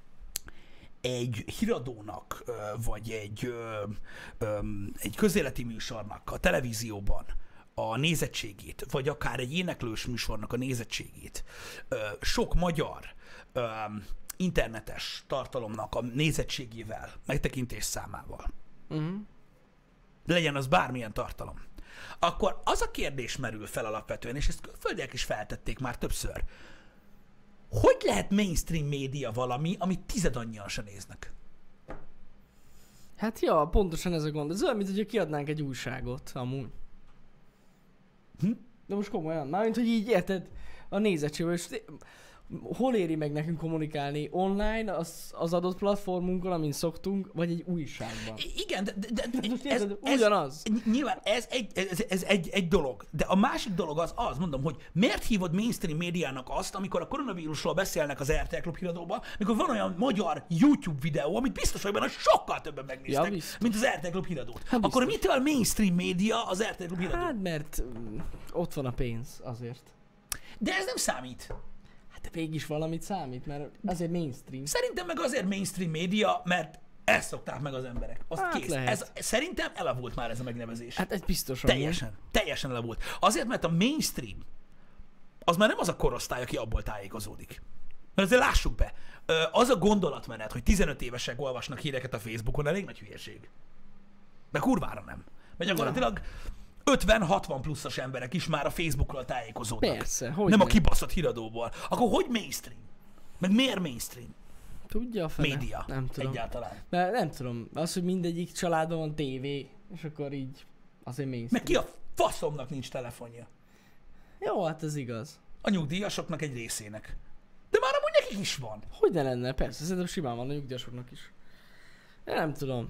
egy híradónak, ö, vagy egy, ö, ö, egy közéleti műsornak a televízióban a nézettségét, vagy akár egy éneklős műsornak a nézettségét, ö, sok magyar ö, internetes tartalomnak a nézettségével, megtekintés számával, Uh-huh. legyen az bármilyen tartalom, akkor az a kérdés merül fel alapvetően, és ezt külföldiek is feltették már többször, hogy lehet mainstream média valami, amit tized annyian se néznek? Hát ja, pontosan ez a gond. Ez olyan, mint hogyha kiadnánk egy újságot, amúgy. Hm? De most komolyan, mármint, hogy így érted a nézettségből, és hol éri meg nekünk kommunikálni? Online, az, az adott platformunkon, amin szoktunk, vagy egy újságban? I- Igen, de, de, de Most ez, érted, ez, ugyanaz. nyilván ez, egy, ez, ez egy, egy dolog, de a másik dolog az az, mondom, hogy miért hívod mainstream médiának azt, amikor a koronavírusról beszélnek az er té el Klub híradóban, mikor van olyan magyar YouTube videó, amit biztos, hogy benne sokkal többen megnéztek, Ja, biztos. mint az er té el Klub híradót. Hát Akkor biztos. mitől mainstream média az er té el Klub híradó? Hát, mert mm, ott van a pénz, azért. De ez nem számít. Hát mégis valamit számít, mert azért mainstream. Szerintem meg azért mainstream média, mert ezt szokták meg az emberek. Azt Hát kész. lehet. Ez, szerintem elavult már ez a megnevezés. Hát ez biztos amúgy. Teljesen. Teljesen elavult. Azért, mert a mainstream az már nem az a korosztály, aki abból tájékozódik. Mert azért lássuk be, ö, az a gondolatmenet, hogy tizenöt évesek olvasnak híreket a Facebookon, elég nagy hülyeség. De kurvára nem. Mert gyakorlatilag ötven-hatvan pluszos emberek is már a Facebookról tájékozódnak. Persze, hogy nem a ne. kibaszott híradóból. Akkor hogy mainstream? Meg miért mainstream? Tudja a fene? Média. Nem tudom. Egyáltalán. Mert nem tudom, az, hogy mindegyik családon van tévé, és akkor így azért mainstream. Meg ki a faszomnak nincs telefonja? Jó, hát ez igaz. A nyugdíjasoknak egy részének. De már amúgy nekik is van. Hogy ne lenne? Persze, szerintem simán van a nyugdíjasoknak is. Én nem tudom.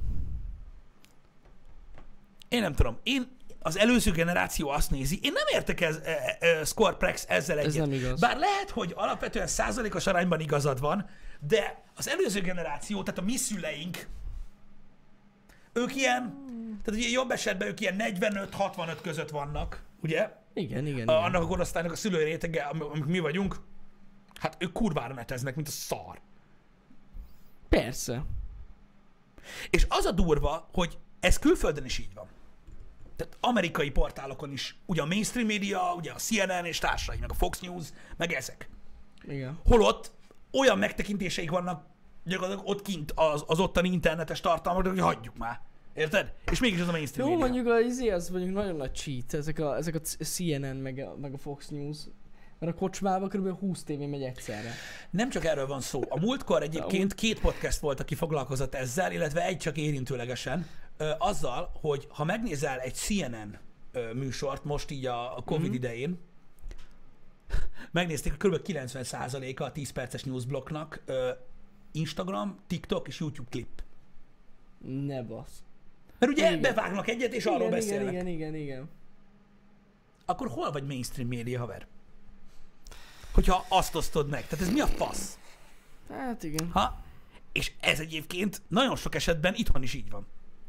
Én nem tudom. Én az előző generáció azt nézi, én nem értek ez, e, e, Scoreprex ezzel egyet. Ez nem igaz. Bár lehet, hogy alapvetően százalékos arányban igazad van, de az előző generáció, tehát a mi szüleink, ők ilyen, tehát ugye jobb esetben ők ilyen negyvenöt-hatvanöt között vannak, ugye? Igen, igen, A, igen. annak a korosztálynak a szülői rétege, am- amik mi vagyunk, hát ők kurvára neteznek, mint a szar. Persze. És az a durva, hogy ez külföldön is így van. Tehát amerikai portálokon is, ugye a mainstream média, ugye a cé en en és társai, meg a Fox News, meg ezek. Igen. Holott olyan megtekintéseik vannak gyakorlatilag ott kint az, az ottani internetes tartalmak, hogy hagyjuk már. Érted? És mégis az a mainstream Jó, média. mondjuk a izé, az mondjuk nagyon nagy cheat, ezek a, ezek a cé en en meg a, meg a Fox News. Mert a kocsmában kb. húsz tévé megy egyszerre. Nem csak erről van szó. A múltkor egyébként két podcast volt, aki foglalkozott ezzel, illetve egy csak érintőlegesen, ö, azzal, hogy ha megnézel egy cé en en ö, műsort most így a, a Covid mm-hmm. idején, megnézték, hogy kb. kilencven százaléka a tíz perces newsblocknak ö, Instagram, TikTok és YouTube klip. Ne basz. Mert ugye Igen. bevágnak egyet, és arról Igen, beszélnek. igen, igen, igen, igen. Akkor hol vagy mainstream média, haver? Hogyha azt osztod meg. Tehát ez mi a fasz? Hát igen. Ha? És ez egyébként nagyon sok esetben itthon is így van.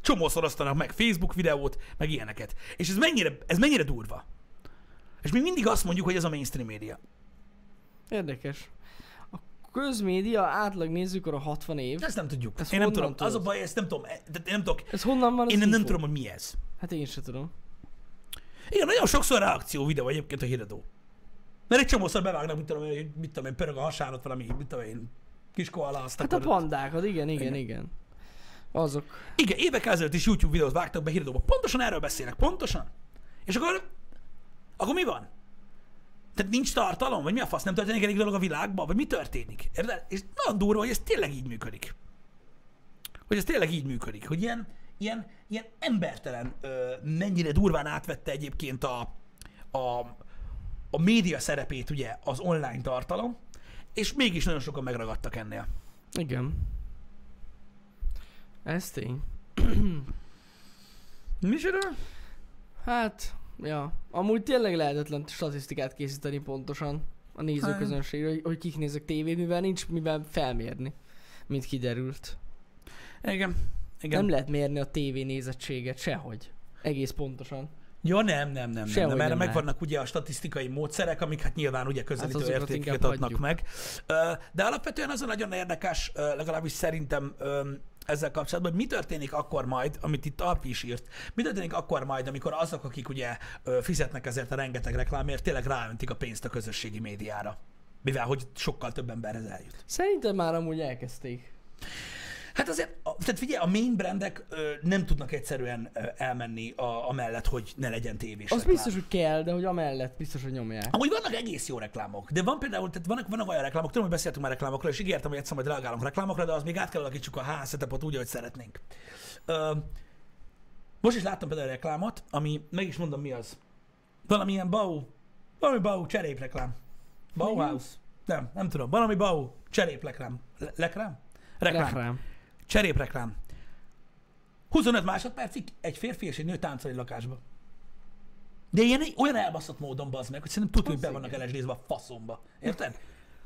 Csomószor osztanak meg Facebook videót, meg ilyeneket. És ez mennyire, ez mennyire durva. És mi mindig azt mondjuk, hogy ez a mainstream média. Érdekes. A közmédia átlag nézőkor a hatvan év. Ezt nem tudjuk. Ezt Én nem honnan tudom. Az a tudod? baj, ezt nem tudom. Én nem tudok. Ez honnan van az Én nem, nem info? tudom, hogy mi ez. Hát én sem tudom. Igen, nagyon sokszor reakció videó egyébként a híradó. Mert egy csomószor bevágnak, mit tudom én, mit tudom én, pörög a hasán, ott valami, mit tudom én, kis koala, azt Hát a akarod. pandákat, igen, igen, igen. igen. Azok. Igen, évek ezelőtt is YouTube videót vágtak be híradóba. Pontosan erről beszélek, pontosan. És akkor, akkor mi van? Tehát nincs tartalom? Vagy mi a fasz? Nem történik elég dolog a világban? Vagy mi történik? Érted? És nagyon durva, hogy ez tényleg így működik. Hogy ez tényleg így működik. Hogy ilyen, ilyen, ilyen embertelen ö, mennyire durván átvette egyébként a, a, a média szerepét ugye az online tartalom, és mégis nagyon sokan megragadtak ennél. Igen. Ez tény. Micsoda? Hát, ja. Amúgy tényleg lehetetlen statisztikát készíteni pontosan a nézőközönségre, hogy, hogy kik néznek tévét, mivel nincs mivel felmérni, mint kiderült. Igen. Igen. Nem lehet mérni a tévé nézettséget sehogy. Egész pontosan. Ja, nem, nem, nem, Sehogy nem, nem. Erre nem megvannak ugye a statisztikai módszerek, amik hát nyilván ugye közelítő azokat értékeket inkább adnak hagyjuk. meg. Ö, De alapvetően az a nagyon érdekes, ö, legalábbis szerintem ö, ezzel kapcsolatban, hogy mi történik akkor majd, amit itt Alpi is írt, mi történik akkor majd, amikor azok, akik ugye ö, fizetnek ezért a rengeteg reklámért, tényleg ráöntik a pénzt a közösségi médiára. Mivel, hogy sokkal több emberhez eljut. Szerintem már amúgy elkezdték. Hát azért, a, tehát figyelj, a main brandek ö, nem tudnak egyszerűen ö, elmenni a, amellett, hogy ne legyen tévés Az reklám. biztos, hogy kell, de hogy amellett biztos, hogy nyomják. Amúgy vannak egész jó reklámok, de van például, tehát vannak, vannak olyan reklámok, tudom, hogy beszéltünk már reklámokról, és ígértem, hogy egyszer majd reagálunk reklámokra, de az még át kell alakítsuk a há setupot úgy, ahogy szeretnénk. Ö, most is láttam például egy reklámot, ami, meg is mondom mi az. Valamilyen Bau, valami Bau cserépreklám. Bauhaus? Nem, nem tudom. Valami Bau cserépreklám. Le- Lekrám? Reklám. Reklám. Cserépreklám. huszonöt másodpercig egy férfi és egy nő táncol egy lakásba. De ilyen, olyan elbaszott módon, bazd meg, hogy szerintem tudjuk, hogy be Az vannak igen. elesdézve a faszomba. Érted?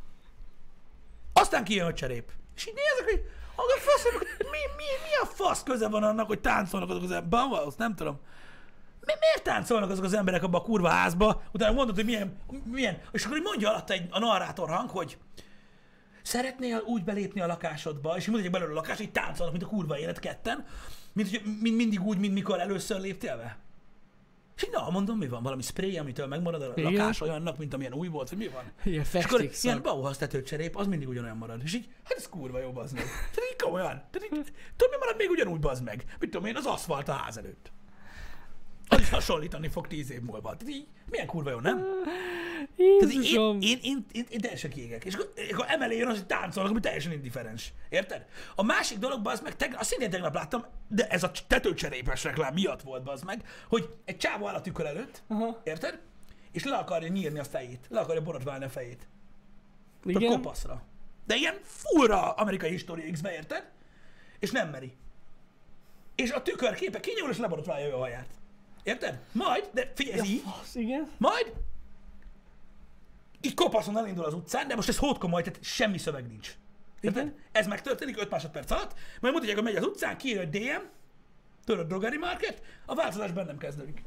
Aztán kijön a cserép. És így nézek, hogy a faszom, mi, mi, mi a fasz köze van annak, hogy táncolnak azok az emberek? Bauhaus, nem tudom. Mi, miért táncolnak azok az emberek abba a kurva házba? Utána mondod, hogy milyen, milyen. És akkor így mondja alatta egy, a narrátor hang, hogy szeretnél úgy belépni a lakásodba, és így mutatják belőle a lakást, hogy táncolnak, mint a kurva élet ketten, mint, hogy, mint mindig úgy, mint mikor először léptél be. És így, na, mondom, mi van? Valami spray, amitől megmarad a Igen. lakás olyannak, mint amilyen új volt, vagy mi van? Ilyen És akkor festék ilyen szag. Bauhaus tetőcserép, az mindig ugyanolyan marad. És így, hát ez kurva jó, bazd meg. Tehát így komolyan. Tehát így, tudod, mi marad még ugyanúgy, bazd meg? Mit tudom én, az aszfalt a ház előtt. Az is hasonlítani fog tíz év múlva. Tehát így, milyen kurva jó, nem? Tehát én, Jézusom! én, én, én, én teljesen kiégek. És akkor, akkor emelé jön az, hogy táncolnak, ami teljesen indifferens. Érted? A másik dologban az meg, tegnap, azt szintén tegnap láttam, de ez a tetőcserépes reklám miatt volt az meg, hogy egy csávó áll a tükör előtt, Aha. érted? És le akarja nyírni a fejét. Le akarja borotválni a fejét. A Igen? kopaszra. De ilyen fullra amerikai History X-be, érted? És nem meri. És a tükörképe kinyúl és leborotválja ő a haját. Érted? Majd, de figyelj, ez így, Fasz, igen? majd így kopaszon elindul az utcán, de most ez hódkomoly, tehát semmi szöveg nincs. Érted? Igen. Ez megtörténik öt másodperc alatt, majd mutatják, hogy megy az utcán, kijön egy dé em, tudod, Drogary Market, a változás bennem kezdődik.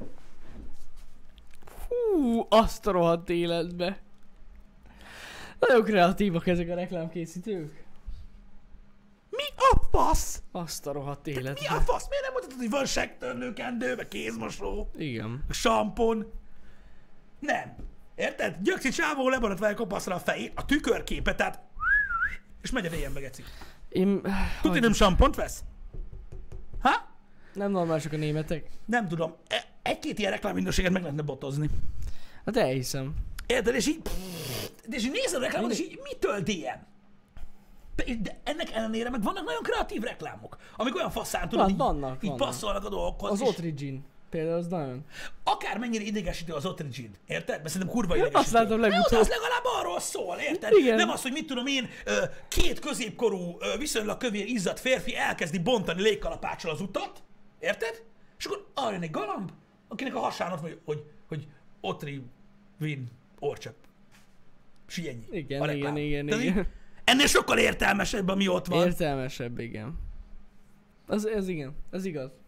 Hú, azt a rohadt életbe. Nagyon kreatívak ezek a reklámkészítők. Mi a fasz? Azt a rohadt Mi a életbe. fasz? Miért nem mondhatod, hogy van segtörlőkendő, meg kézmosó, Igen. sampon? Nem. Érted? Gyökci csávó leborotválja kopaszra a fejét, a tükörképe, tehát és megy a dé em-be, geci. Én... Tudod, hogy- hogy nem sampont vesz? Ha? Nem normálisak a németek. Nem tudom. E- Egy-két ilyen reklámminőséget meg lehetne botozni. Hát elhiszem. Érted? És így, és így nézed a reklámot, és így mitől dé em? De ennek ellenére meg vannak nagyon kreatív reklámok, amik olyan faszán tudod, Van- így, vannak, így vannak. passzolnak a dolgokhoz. Az és Otrigin. Például az nagyon... akármennyire idegesítő az Otrigin, érted? Mert szerintem kurva idegesítő. Azt láttam De legutóbb. az legalább arról szól, érted? Igen. Nem az, hogy mit tudom én, ö, két középkorú, ö, viszonylag kövér izzadt férfi elkezdi bontani légkalapáccsal az utat, érted? És akkor arra jön egy galamb, akinek a hasán ott van, hogy, hogy Otrivin orcsepp. És így ennyi. Igen, a reklám. igen, igen, Tehát így, igen. ennél sokkal értelmesebb, ami ott van. Értelmesebb, igen. Az, ez igen, ez igaz.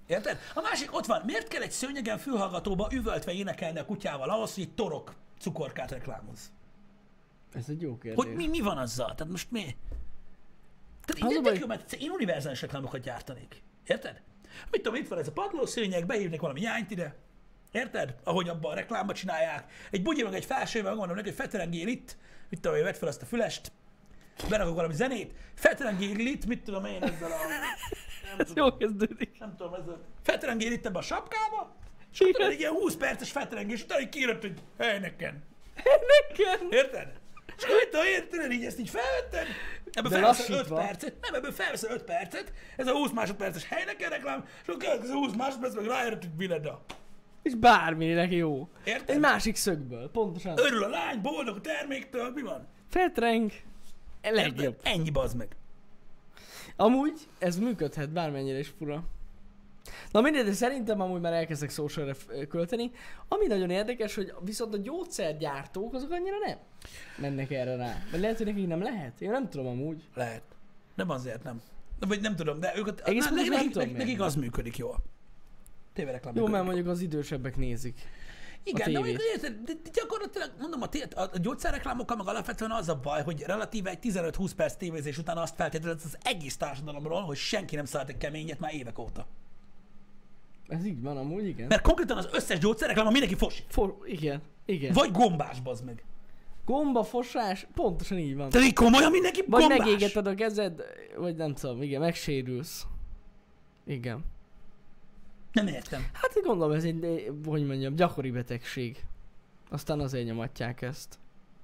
Érted? A másik ott van, miért kell egy szőnyegen fülhallgatóba üvöltve énekelni a kutyával ahhoz, hogy egy torok cukorkát reklámoz? Ez egy jó kérdés. Hogy mi, mi van azzal? Tehát most mi? Tehát Az így a baj... baj- jó, mert én univerzális reklámokat gyártanék. Érted? Mit tudom, itt van ez a padlószőnyeg, behívnék valami nyányt ide. Érted? Ahogy abban a reklámba csinálják. Egy bugyi meg egy felsővel, mondom neki, hogy feterengél itt, mit tudom, hogy vedd fel azt a fülest, berakok valami zenét, feterengél itt, mit tudom én ezzel a... Nem Ez tudom, jó kezdődik. nem tudom, ezzel... Feterengél itt ebbe a sapkába, és utána egy ilyen húsz perces feterengés, és utána így kiírott, hogy helyneken. Nekem! Érted? És akkor itt a érted, így ezt így felvetted, ebből De felveszel öt lassítva. percet, nem, ebből felveszel öt percet, ez a húsz másodperces helyneken reklám, és akkor következő húsz másodperc meg rájött, hogy Vileda. És bármi neki jó. Érted? Egy másik szögből, pontosan. Örül a lány, boldog a terméktől, mi van? Fetreng. Legjobb. Ennyi bazd meg. Amúgy ez működhet, bármennyire is fura. Na mindegy, de szerintem amúgy már elkezdek socialre f- költeni. Ami nagyon érdekes, hogy viszont a gyógyszergyártók azok annyira nem mennek erre rá. Mert lehet, hogy nekik nem lehet. Én nem tudom amúgy. Lehet. Nem azért nem. De, vagy nem tudom, de őket, Egész na, pontosan nem nekik, tudom, nekik, nekik miért. az működik jól. Tévéreklám Jó, működik mert jól. mondjuk az idősebbek nézik. Igen, de, tévét. mondjuk, érted, de, de gyakorlatilag mondom, a, té- a, a gyógyszerreklámokkal meg alapvetően az a baj, hogy relatíve egy tizenöt-húsz perc tévézés után azt feltételez az egész társadalomról, hogy senki nem szállt egy keményet már évek óta. Ez így van amúgy, igen. Mert konkrétan az összes gyógyszerreklám mindenki fosik. For, igen, igen. Vagy gombás, bazd meg. Gomba, fosás, pontosan így van. Tehát így komolyan mindenki Vagy gombás. megégeted a kezed, vagy nem tudom, igen, megsérülsz. Igen. Nem értem. Hát én gondolom ez egy, eh, hogy mondjam, gyakori betegség. Aztán azért nyomatják ezt.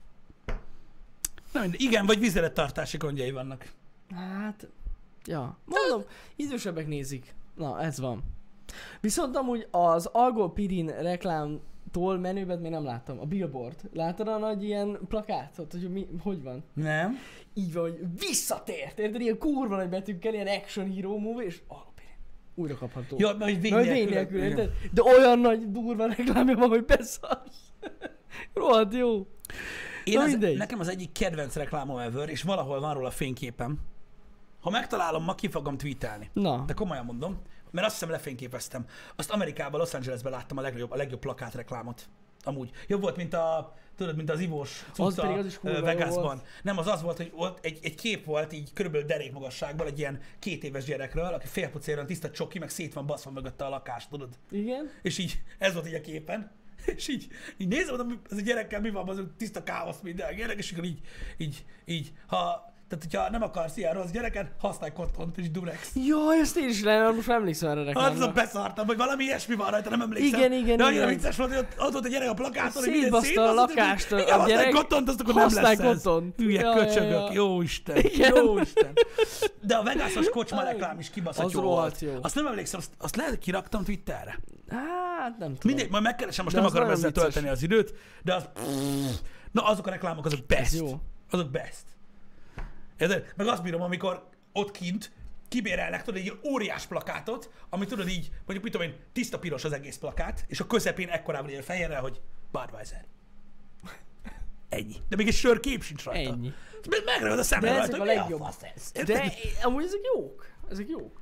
Nem, mindegy. Igen, vagy vizelettartási gondjai vannak. Hát, ja. Mondom, idősebbek nézik. Na, ez van. Viszont amúgy az Algolpirin reklámtól menőbet még nem láttam. A Billboard. Láttad a nagy ilyen plakátot, hogy mi, hogy van? Nem. Így van, hogy visszatért, érted? Ilyen kurva nagy betűkkel, ilyen action hero movie, és Algolpirin. Újra kapható. Ja, mert hogy vény Nagy nélkül. vény nélkül, Igen. érted? De olyan nagy durva reklámja van, hogy beszarsz. Rohadt jó. Én Na az, mindegy. nekem az egyik kedvenc reklámom ever, és valahol van róla fényképem. Ha megtalálom, ma ki fogom tweetelni. Na, De komolyan mondom, mert azt hiszem lefényképeztem. Azt Amerikában, Los Angelesben láttam a legjobb, a legjobb plakátreklámot. Amúgy. Jobb volt, mint a, tudod, mint az ivós cucca pedig az is kurva jó Vegasban. volt. Nem, az az volt, hogy ott egy, egy kép volt így körülbelül derékmagasságban egy ilyen két éves gyerekről, aki félpucéron tiszta csoki, meg szét van baszva mögötte a lakás, tudod? igen. És így, ez volt így a képen. És így, így nézem, hogy ez a gyerekkel mi van, az tiszta káosz minden gyerek, és akkor így, így, így, ha, tehát hogyha nem akarsz ilyen rossz gyereket, használj kottont és durex. Jaj, ezt én is lenne, most nem emlékszem erre a Hát azon reklámra. beszartam, hogy valami ilyesmi van rajta, nem emlékszem. Igen, igen, De annyira igen. vicces volt, hogy ott, ott volt a gyerek a plakáton, hogy minden Szétbaszta a szétbasztott, lakást és a igen, használj gyerek. kottont, azt akkor nem Használj lesz ez. kottont. Hülye Ja, ja, köcsögök, ja. jó Isten, Igen. jó Isten. De a Vegasos kocsma reklám is kibaszott Az jó rohadt volt. jó. Azt nem emlékszem, azt, azt lehet, hogy kiraktam Twitterre. Hát, nem tudom. Mindegy, majd megkeresem, most De nem az akarom nagyon ezzel vicces. tölteni az időt, de az... Na, azok a reklámok, azok best. jó. Azok best. Érted? Meg azt bírom, amikor ott kint kibérelnek, tudod, egy óriás plakátot, ami tudod így, mondjuk mit tudom én, tiszta piros az egész plakát, és a közepén ekkorával ilyen fejjel, hogy Budweiser. Ennyi. De még egy sörkép sincs rajta. Ennyi. Meg- Megragad a szemed De rajta, ezek a hogy mi legjobb. fasz ez? Érted? De amúgy ezek jók. Ezek jók.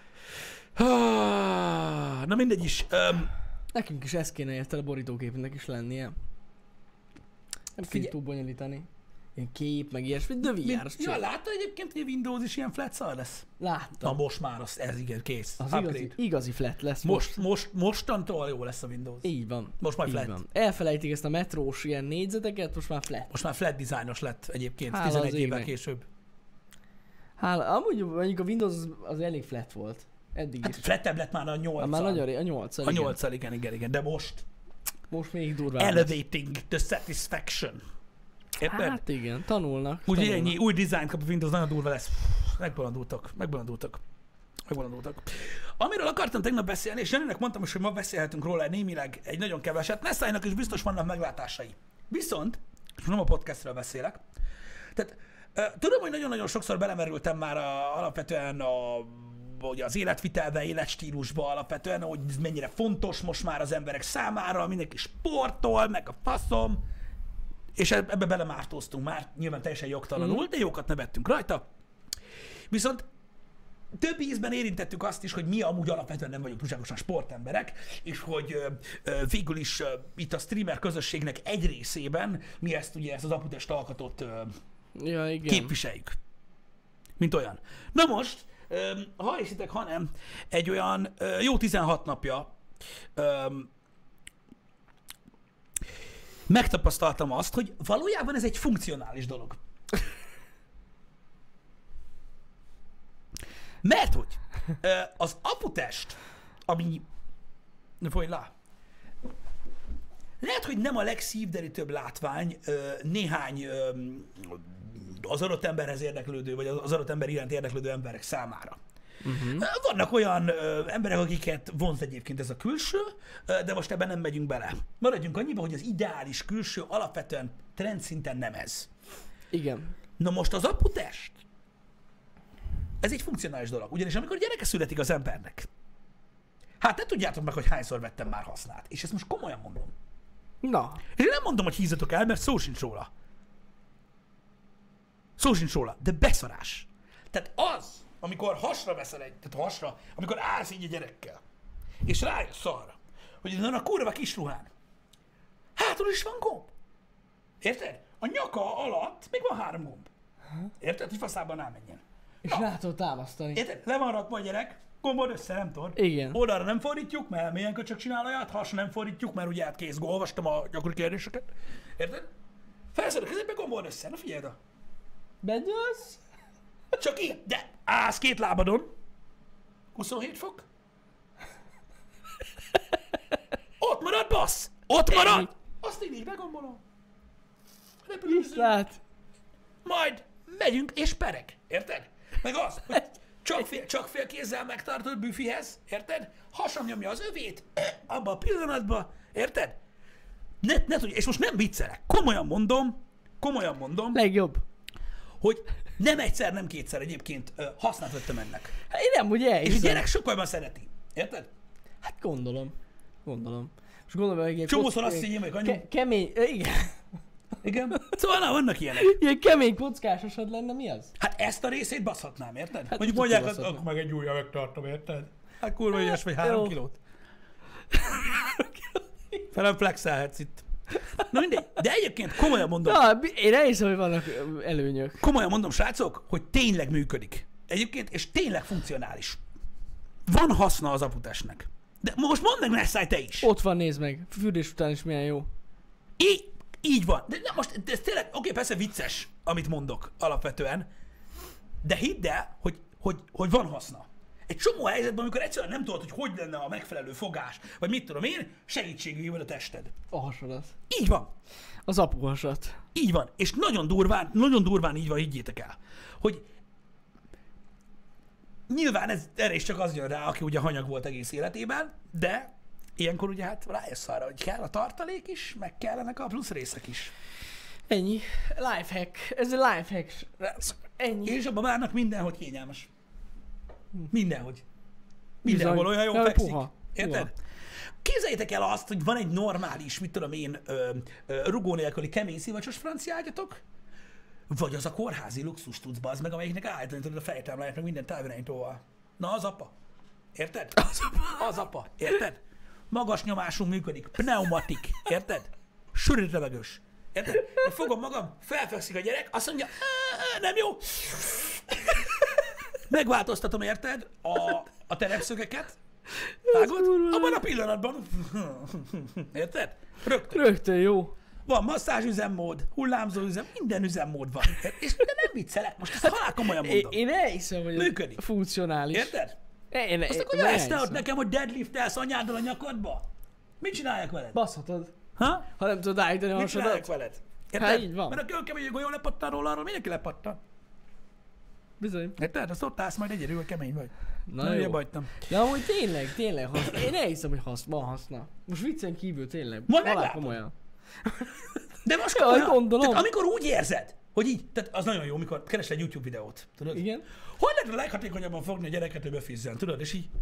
Ah, na mindegy is. Um, Nekünk is ez kéne érted a borítóképnek is lennie. Nem kell Figyelj. túl bonyolítani. Ilyen kép, meg ilyesmi, de vé er, az ja, chill. láttad egyébként, hogy a Windows is ilyen flat szar lesz? Na Láttam. most már az, ez igen, kész. Az Upgrade. igazi, igazi flat lesz Most, most, mostantól jó lesz a Windows. Így van. Most majd Így flat. van. Elfelejtik ezt a metrós ilyen négyzeteket, most már flat. Most már flat dizájnos lett egyébként, Hála az tizenegy évvel égnek. később. Hála, amúgy mondjuk a Windows az, az elég flat volt. Eddig Hát is. flattebb lett már a Hát nyolccal. már nagyon ré, a nyolc A nyolccal, igen, igen, igen, de most Most még durvább lesz. elevating the satisfaction. Érted? Hát igen, tanulnak. Úgyhogy tanulnak. ennyi, új dizájnt kap a Windows, nagyon durva lesz. Megbolondultak, megbolondultak. Megbolondultak. Amiről akartam tegnap beszélni, és Janinek mondtam is, hogy ma beszélhetünk róla némileg egy nagyon keveset, Nessájnak is biztos vannak meglátásai. Viszont, és nem a podcastről beszélek, tehát ö, tudom, hogy nagyon-nagyon sokszor belemerültem már a, alapvetően a, ugye az életvitelbe, életstílusba alapvetően, hogy ez mennyire fontos most már az emberek számára, mindenki sportol, meg a faszom, és eb- ebbe belemártóztunk már, nyilván teljesen jogtalanul, Mm. de jókat nevettünk rajta. Viszont több ízben érintettük azt is, hogy mi amúgy alapvetően nem vagyunk túlságosan sportemberek, és hogy ö, ö, végül is ö, itt a streamer közösségnek egy részében mi ezt ugye ezt az aputest alkatot ö, Ja, igen. képviseljük. Mint olyan. Na most, ö, ha hiszitek, hanem egy olyan ö, jó tizenhat napja ö, megtapasztaltam azt, hogy valójában ez egy funkcionális dolog. Mert hogy az aputest, ami... Ne folyj lá. Lehet, hogy nem a legszívderítőbb látvány néhány az adott emberhez érdeklődő, vagy az adott ember iránt érdeklődő emberek számára. Uh-huh. Vannak olyan ö, emberek, akiket vonz egyébként ez a külső, ö, de most ebben nem megyünk bele. Maradjunk annyiba, hogy az ideális külső alapvetően trendszinten nem ez. Igen. Na most az aputest, ez egy funkcionális dolog. Ugyanis amikor gyereke születik az embernek, hát ne tudjátok meg, hogy hányszor vettem már hasznát. És ezt most komolyan mondom. Na. És én nem mondom, hogy hízatok el, mert szó sincs róla. Szó sincs róla, de beszarás. Tehát az, amikor hasra veszel egy, tehát hasra, amikor állsz így a gyerekkel, és rájössz arra, hogy ezen a kurva kis ruhán hátul is van gomb. Érted? A nyaka alatt még van három gomb. Érted? Hogy faszában elmenjen. És rá tudod támasztani. Érted? Le van rakva a gyerek, gombod össze, nem tudod. Igen. Oldalra nem fordítjuk, mert milyen köcsök csinál olyat, hasra nem fordítjuk, mert ugye hát kész, olvastam a gyakori kérdéseket. Érted? Felszed a kezedbe, gombod össze. Na figyeld a. Bedőlsz? Csak így, de állsz két lábadon. huszonhét fok. Ott marad, bassz! Ott marad! Azt én így begombolom. Viszlát. Majd megyünk és pereg. Érted? Meg az, hogy csak fél, csak fél kézzel megtartod büfihez. Érted? Hasam nyomja az övét. Abba a pillanatban. Érted? Ne, ne tudj, és most nem viccelek. Komolyan mondom, komolyan mondom, Legjobb. hogy nem egyszer, nem kétszer egyébként ö, hasznát vettem ennek. Hát én nem, ugye? És a gyerek sokkal jobban szereti. Érted? Hát gondolom. Gondolom. Most gondolom, hogy egy Csomószor azt így hogy anyu. Ke- kemény, ö, igen. Igen. Szóval na, vannak ilyenek. Ilyen kemény kockásosod lenne, mi az? Hát ezt a részét baszhatnám, érted? Hát Mondjuk tudod mondják, baszhatni. akkor meg egy újra megtartom, érted? Hát kurva ügyes vagy, három jó. kilót. Felem flexelhetsz itt. Na mindegy, de egyébként komolyan mondom, Na, bi- én elhiszem, hogy vannak ö, előnyök. komolyan mondom, srácok, hogy tényleg működik. Egyébként, és tényleg funkcionális. Van haszna az aputestnek. De most mondd meg, Nessai, te is. Ott van, nézd meg. Fürdés után is milyen jó. Így, így van. De nem, most, de ez tényleg, oké, persze vicces, amit mondok alapvetően, de hidd el, hogy, hogy, hogy van haszna. Egy csomó helyzetben, amikor egyszerűen nem tudod, hogy hogy lenne a megfelelő fogás, vagy mit tudom én, segítségül jön a tested. A hasadat. Így van. Az apuhasat. Így van. És nagyon durván, nagyon durván így van, higgyétek el, hogy nyilván ez, erre is csak az jön rá, aki ugye hanyag volt egész életében, de ilyenkor ugye hát rájössz arra, hogy kell a tartalék is, meg kellenek a plusz részek is. Ennyi. Lifehack. Ez egy lifehack. Ennyi. És abban várnak mindenhogy kényelmes. Mindenhogy. Mindenhol Bizony. olyan jó Ja, fekszik. puha. Érted? Puha. Képzeljétek el azt, hogy van egy normális, mit tudom én, ö, ö, rugó nélküli kemény szivacsos francia ágyatok, vagy az a kórházi luxus tudsz, bazd meg, amelyiknek állítani tudod a fejtámláját, meg minden távirányítóval. Na, az apa. Érted? Az apa. Az apa. Érted? Magas nyomású működik. Pneumatik. Érted? Sűrűt levegős. Érted? Én fogom magam, felfekszik a gyerek, azt mondja, "Á, nem jó. Megváltoztatom, érted? A, a terepszögeket. Vágod? Abban a pillanatban. Érted? Rögtön. Rögtön jó. Van masszázs üzemmód, hullámzó üzem, minden üzemmód van. És de nem viccelek, most ezt halál komolyan Én, mondom. én elhiszem, hogy Működik. ez funkcionális. Érted? Én, Azt én, akkor én jössz te ott elhiszem. nekem, hogy deadliftelsz anyáddal a nyakadba? Mit csináljak veled? Baszhatod. Ha? Ha nem tudod állítani a Mit csináljak hasadat. veled? Érted? Hát így van. Mert aki olyan kemény, hogy golyó lepattan róla, arról mindenki lepattan. Bizony. Érted? Azt ott állsz majd egyedül, hogy kemény vagy. Na, Na, jó. jó. Bajtam. De amúgy tényleg, tényleg haszna. Én elhiszem, hogy hasz, van haszna. Most viccen kívül tényleg. Majd Halál meglátod. komolyan. De most Jaj, komolyan, gondolom. tehát amikor úgy érzed, hogy így, tehát az nagyon jó, mikor keresel egy YouTube videót, tudod? Igen. Hogy lehet a leghatékonyabban fogni a gyereket, hogy befizzen, tudod? És így...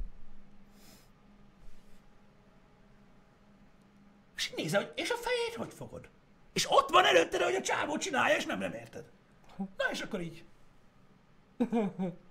És így nézel, hogy és a fejét hogy fogod? És ott van előtted, hogy a csávó csinálja, és nem nem érted. Na és akkor így.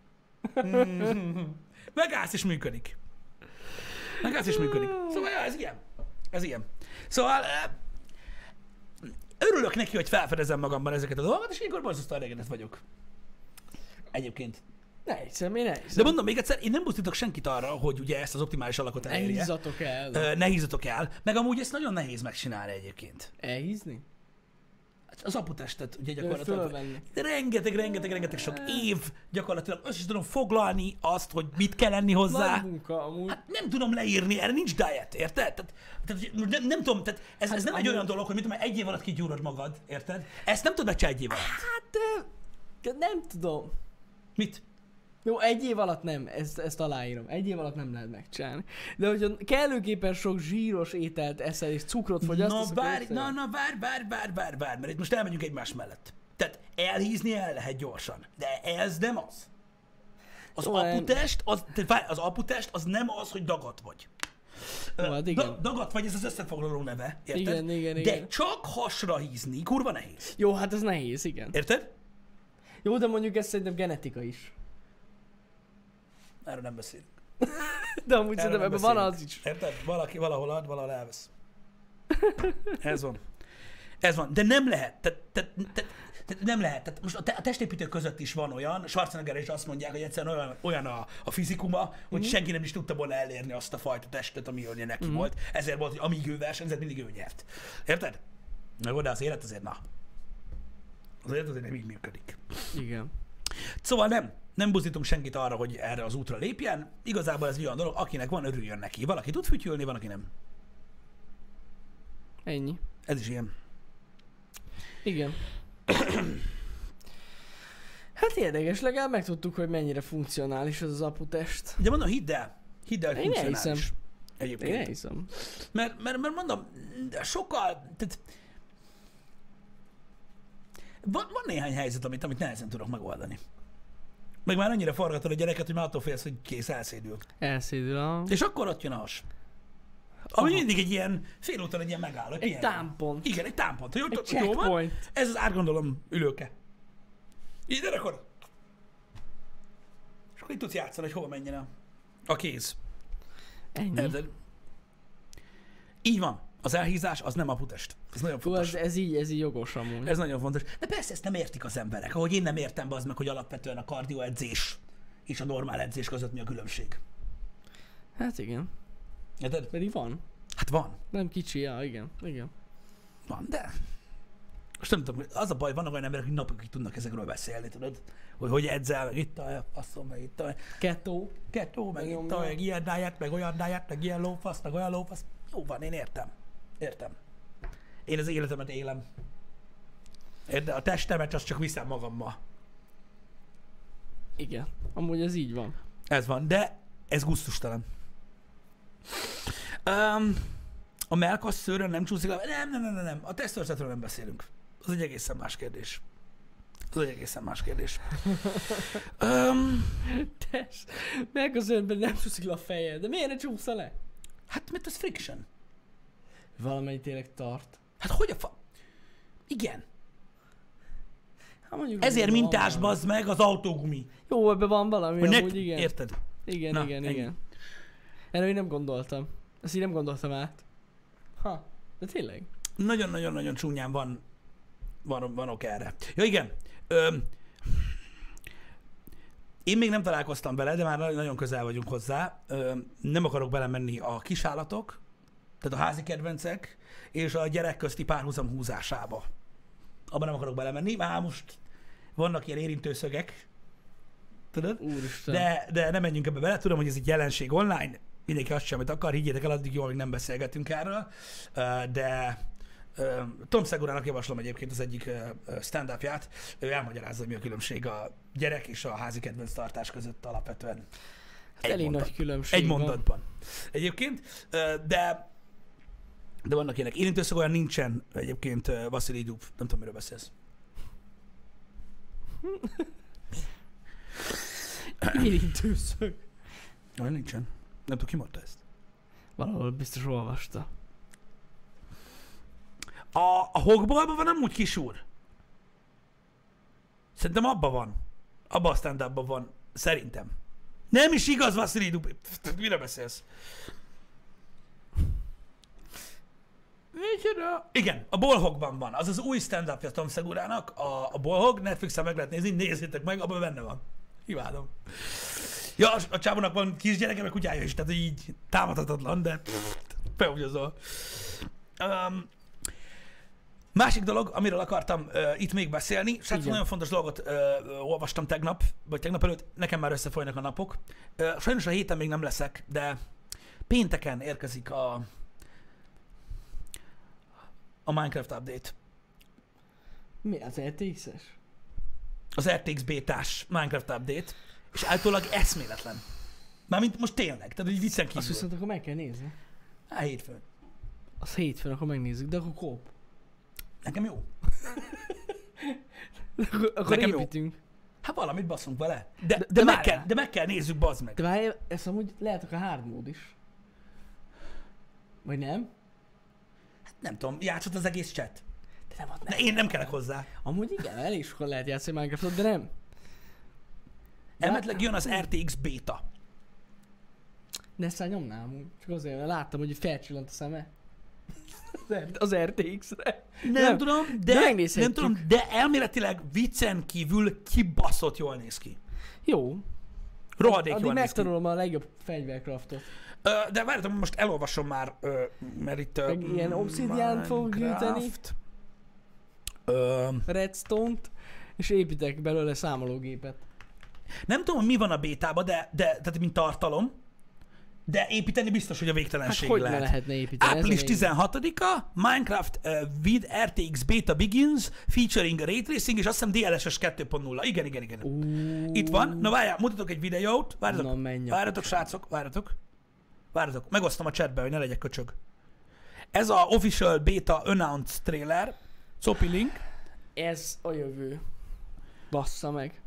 Megállsz és működik. Megállsz és működik. Szóval ja, ez ilyen. Ez ilyen. Szóval eh, örülök neki, hogy felfedezem magamban ezeket a dolgokat, és ilyenkor borzasztóan elégedett vagyok. Egyébként. Ne hiszem, én ne hiszem. De mondom még egyszer, én nem buzdítok senkit arra, hogy ugye ezt az optimális alakot Ne elérje. hízzatok el. Ö, Ne hízzatok el. Meg amúgy ezt nagyon nehéz megcsinálni egyébként. Elhízni? Az aputestet ugye Ő gyakorlatilag. fölvenni. De rengeteg, rengeteg, rengeteg sok év gyakorlatilag össze is tudom foglalni azt, hogy mit kell enni hozzá. Nagy munka amúgy. Hát nem tudom leírni, erre nincs diet, érted? Tehát, tehát nem, nem tudom, tehát ez, Hát ez nem egy amúgy- olyan dolog, hogy mit tudom, egy év alatt kigyúrod magad, érted? Ezt nem tudod megcsinálni egy év alatt. Hát, ö, nem tudom. Mit? Jó, egy év alatt nem, ezt, ezt aláírom. Egy év alatt nem lehet megcsinálni. De hogyha kellőképpen sok zsíros ételt eszel és cukrot fogyasztasz, Na akkor várj, összejön. na, na, várj, várj, várj, várj, várj, mert itt most elmegyünk egymás mellett. Tehát elhízni el lehet gyorsan, de ez nem az. Az Jó, nem. aputest, az, tehát várj, az aputest az nem az, hogy dagat vagy. Ö, Jó, hát da, igen. dagat vagy, ez az összefoglaló neve, érted? Igen, igen, De igen. csak hasra hízni, kurva nehéz. Jó, hát ez nehéz, igen. Érted? Jó, de mondjuk ez szerintem genetika is. Erről nem beszélünk. De amúgy Erről szerintem nem ebben van beszélünk. az is. Érted? Valaki valahol ad, valahol elvesz. Ez van. Ez van. De nem lehet. Tehát, tehát, tehát, tehát nem lehet. Tehát most a, te, a testépítők között is van olyan, Schwarzenegger is azt mondják, hogy egyszerűen olyan, olyan a, a fizikuma, hogy Mhm. senki nem is tudta volna elérni azt a fajta testet, ami ugye neki volt. Ezért volt, hogy amíg ő versenyzett, mindig ő nyert. Érted? Na jó, de az élet azért, na. Az élet azért nem így működik. Igen. Szóval nem, nem buzdítunk senkit arra, hogy erre az útra lépjen. Igazából ez egy olyan dolog, akinek van, örüljön neki. Valaki tud fütyülni, van, aki nem. Ennyi. Ez is ilyen. Igen. Hát érdekes, legalább megtudtuk, hogy mennyire funkcionális ez az aputest. De mondom, hidd el. Hidd el, Én funkcionális. elhiszem. Egyébként. Én elhiszem. Mert, mert, mert mondom, de sokkal, tehát van, van néhány helyzet, amit, amit nehezen tudok megoldani. Meg már annyira forgatod a gyereket, hogy már attól félsz, hogy kész, elszédül. Elszédül a... És akkor ott jön a has. Ami Aha. mindig egy ilyen, fél úton egy ilyen megálló. Egy pihenő. támpont. Igen, egy támpont. Hogy ott, Egy ott jó van, checkpoint. ez az átgondolom ülőke. Ide rakod. És akkor itt tudsz játszani, hogy hova menjen a, a kéz. Ennyi. Érted? Így van. Az elhízás az nem aputest. Ez nagyon Fú, fontos. ez, ez, így, ez így jogos amúgy. Ez nagyon fontos. De persze ezt nem értik az emberek. Ahogy én nem értem be az meg, hogy alapvetően a kardioedzés és a normál edzés között mi a különbség. Hát igen. Érted? Pedig van. Hát van. Nem kicsi, ja, igen. Igen. Van, de... Most nem tudom, az a baj, vannak olyan emberek, hogy napokig tudnak ezekről beszélni, tudod? Hogy hogy edzel, meg itt a faszom, meg itt a Kettó. kettó, meg Nagyon itt a, jó. meg ilyen diet, meg olyan diet, meg ilyen lófasz, meg olyan lófasz. Jó van, én értem. Értem. Én az életemet élem. Érted? A testemet azt csak viszem magammal. Igen. Amúgy ez így van. Ez van, de ez gusztustalan. Um, a melkasz szőrön nem csúszik le? Nem, nem, nem, nem, nem. A tesztőrzetről nem beszélünk. Az egy egészen más kérdés. Az egy egészen más kérdés. um, Tess, meg az önben nem csúszik le a feje. De miért ne csúszza le? hát mert ez friction. Valamelyik tényleg tart. Hát hogy a fa... Igen. Hát mondjuk Ezért ebben van mintás valami. bazd meg az autógumi. Jó, ebben van valami, Hogy amúgy ne... igen. Érted? Igen, Na, igen, ennyi. igen. Erre én nem gondoltam. Ezt így nem gondoltam át. Ha, de tényleg. Nagyon-nagyon-nagyon csúnyán van, van, van ok erre. Ja igen, Öm, én még nem találkoztam vele, de már nagyon közel vagyunk hozzá. Öm, nem akarok belemenni a kisállatok, tehát a házi kedvencek, és a gyerek közti párhuzam húzásába. Abban nem akarok belemenni, már most vannak ilyen érintőszögek, tudod? Úristen. De, de nem menjünk ebbe bele, tudom, hogy ez egy jelenség online, mindenki azt sem, amit akar, higgyétek el, addig jól még nem beszélgetünk erről, Ö, de ö, Tom Segurának javaslom egyébként az egyik ö, ö, stand-upját, ő elmagyarázza, hogy mi a különbség a gyerek és a házi kedvenc tartás között alapvetően. Hát elég mondat- nagy különbség Egy van. mondatban. Egyébként, ö, de de vannak ilyenek. Érintőszög olyan nincsen egyébként, ö, Vasili Dub, nem tudom, miről beszélsz. Érintőszög. Olyan nincsen. Nem tudom, ki mondta ezt. Valahol biztos olvasta. A, a Hogbalban van amúgy kisúr. Szerintem abban van. Abban a stand van. Szerintem. Nem is igaz, Vasszili Dupi. Mire beszélsz? Micsoda? Igen, a Bolhogban van. Az az új stand-upja Tom Segurának, a, a Bolhog, Netflixen meg lehet nézni, nézzétek meg, abban benne van. Imádom. Ja, a, a csávónak van kisgyereke, meg kutyája is, tehát így támadhatatlan, de beúgyozol. Um, másik dolog, amiről akartam uh, itt még beszélni, srácok, nagyon fontos dolgot uh, olvastam tegnap, vagy tegnap előtt, nekem már összefolynak a napok. Uh, sajnos a héten még nem leszek, de pénteken érkezik a a Minecraft update. Mi az er té iksz-es? Az er té iksz bétás Minecraft update, és általában eszméletlen. Mármint most tényleg, tehát úgy viccen kívül. Azt viszont akkor meg kell nézni. Á, hétfőn. Az hétfőn, akkor megnézzük, de akkor kóp. Nekem jó. akkor akkor Nekem jó. építünk. Hát valamit baszunk vele. De, de, De- de, de meg, várjál. kell, de meg kell nézzük, bazd meg. De várj, ez amúgy lehet a hard mód is. Vagy nem? Hát nem tudom, játszott az egész chat. De nem, ott De nem. én nem kelek hozzá. Amúgy igen, elég sokan lehet játszani Minecraftot, de nem. De- Elméletileg jön az er té iksz béta. De ezt már nyomnám amúgy. Csak azért, mert láttam, hogy felcsillant a szeme. Az R- Az er té iksz-re. Nem, Nem, nem tudom, de, de nem megnézhetjük. tudom, de elméletileg viccen kívül kibaszott jól néz ki. Jó. Rohadék Addig jól néz ki. megtanulom a legjobb fegyverkraftot. Ö, de várjátok, most elolvasom már, ö, mert itt... ö, Meg ilyen obsidian fogok gyűjteni. Minecraft. Ö, Redstone-t, és építek belőle számológépet. nem tudom, hogy mi van a bétában, de, de tehát mint tartalom, de építeni biztos, hogy a Hát végtelenség hogy lehet. ne lehetne építeni? Április ez a lényeg. tizenhatodika Minecraft uh, with er té iksz Beta Begins featuring Ray Tracing, és azt hiszem dé el es es kettő pont nulla. Igen, igen, igen. Ú, Itt van. Na várjál, mutatok egy videót. Várjatok, Na, menj a várjatok srácok, várjatok. Várjatok, megosztom a chatbe, hogy ne legyek köcsög. Ez a official beta announced trailer. Copi link. Ez a jövő. Bassza meg.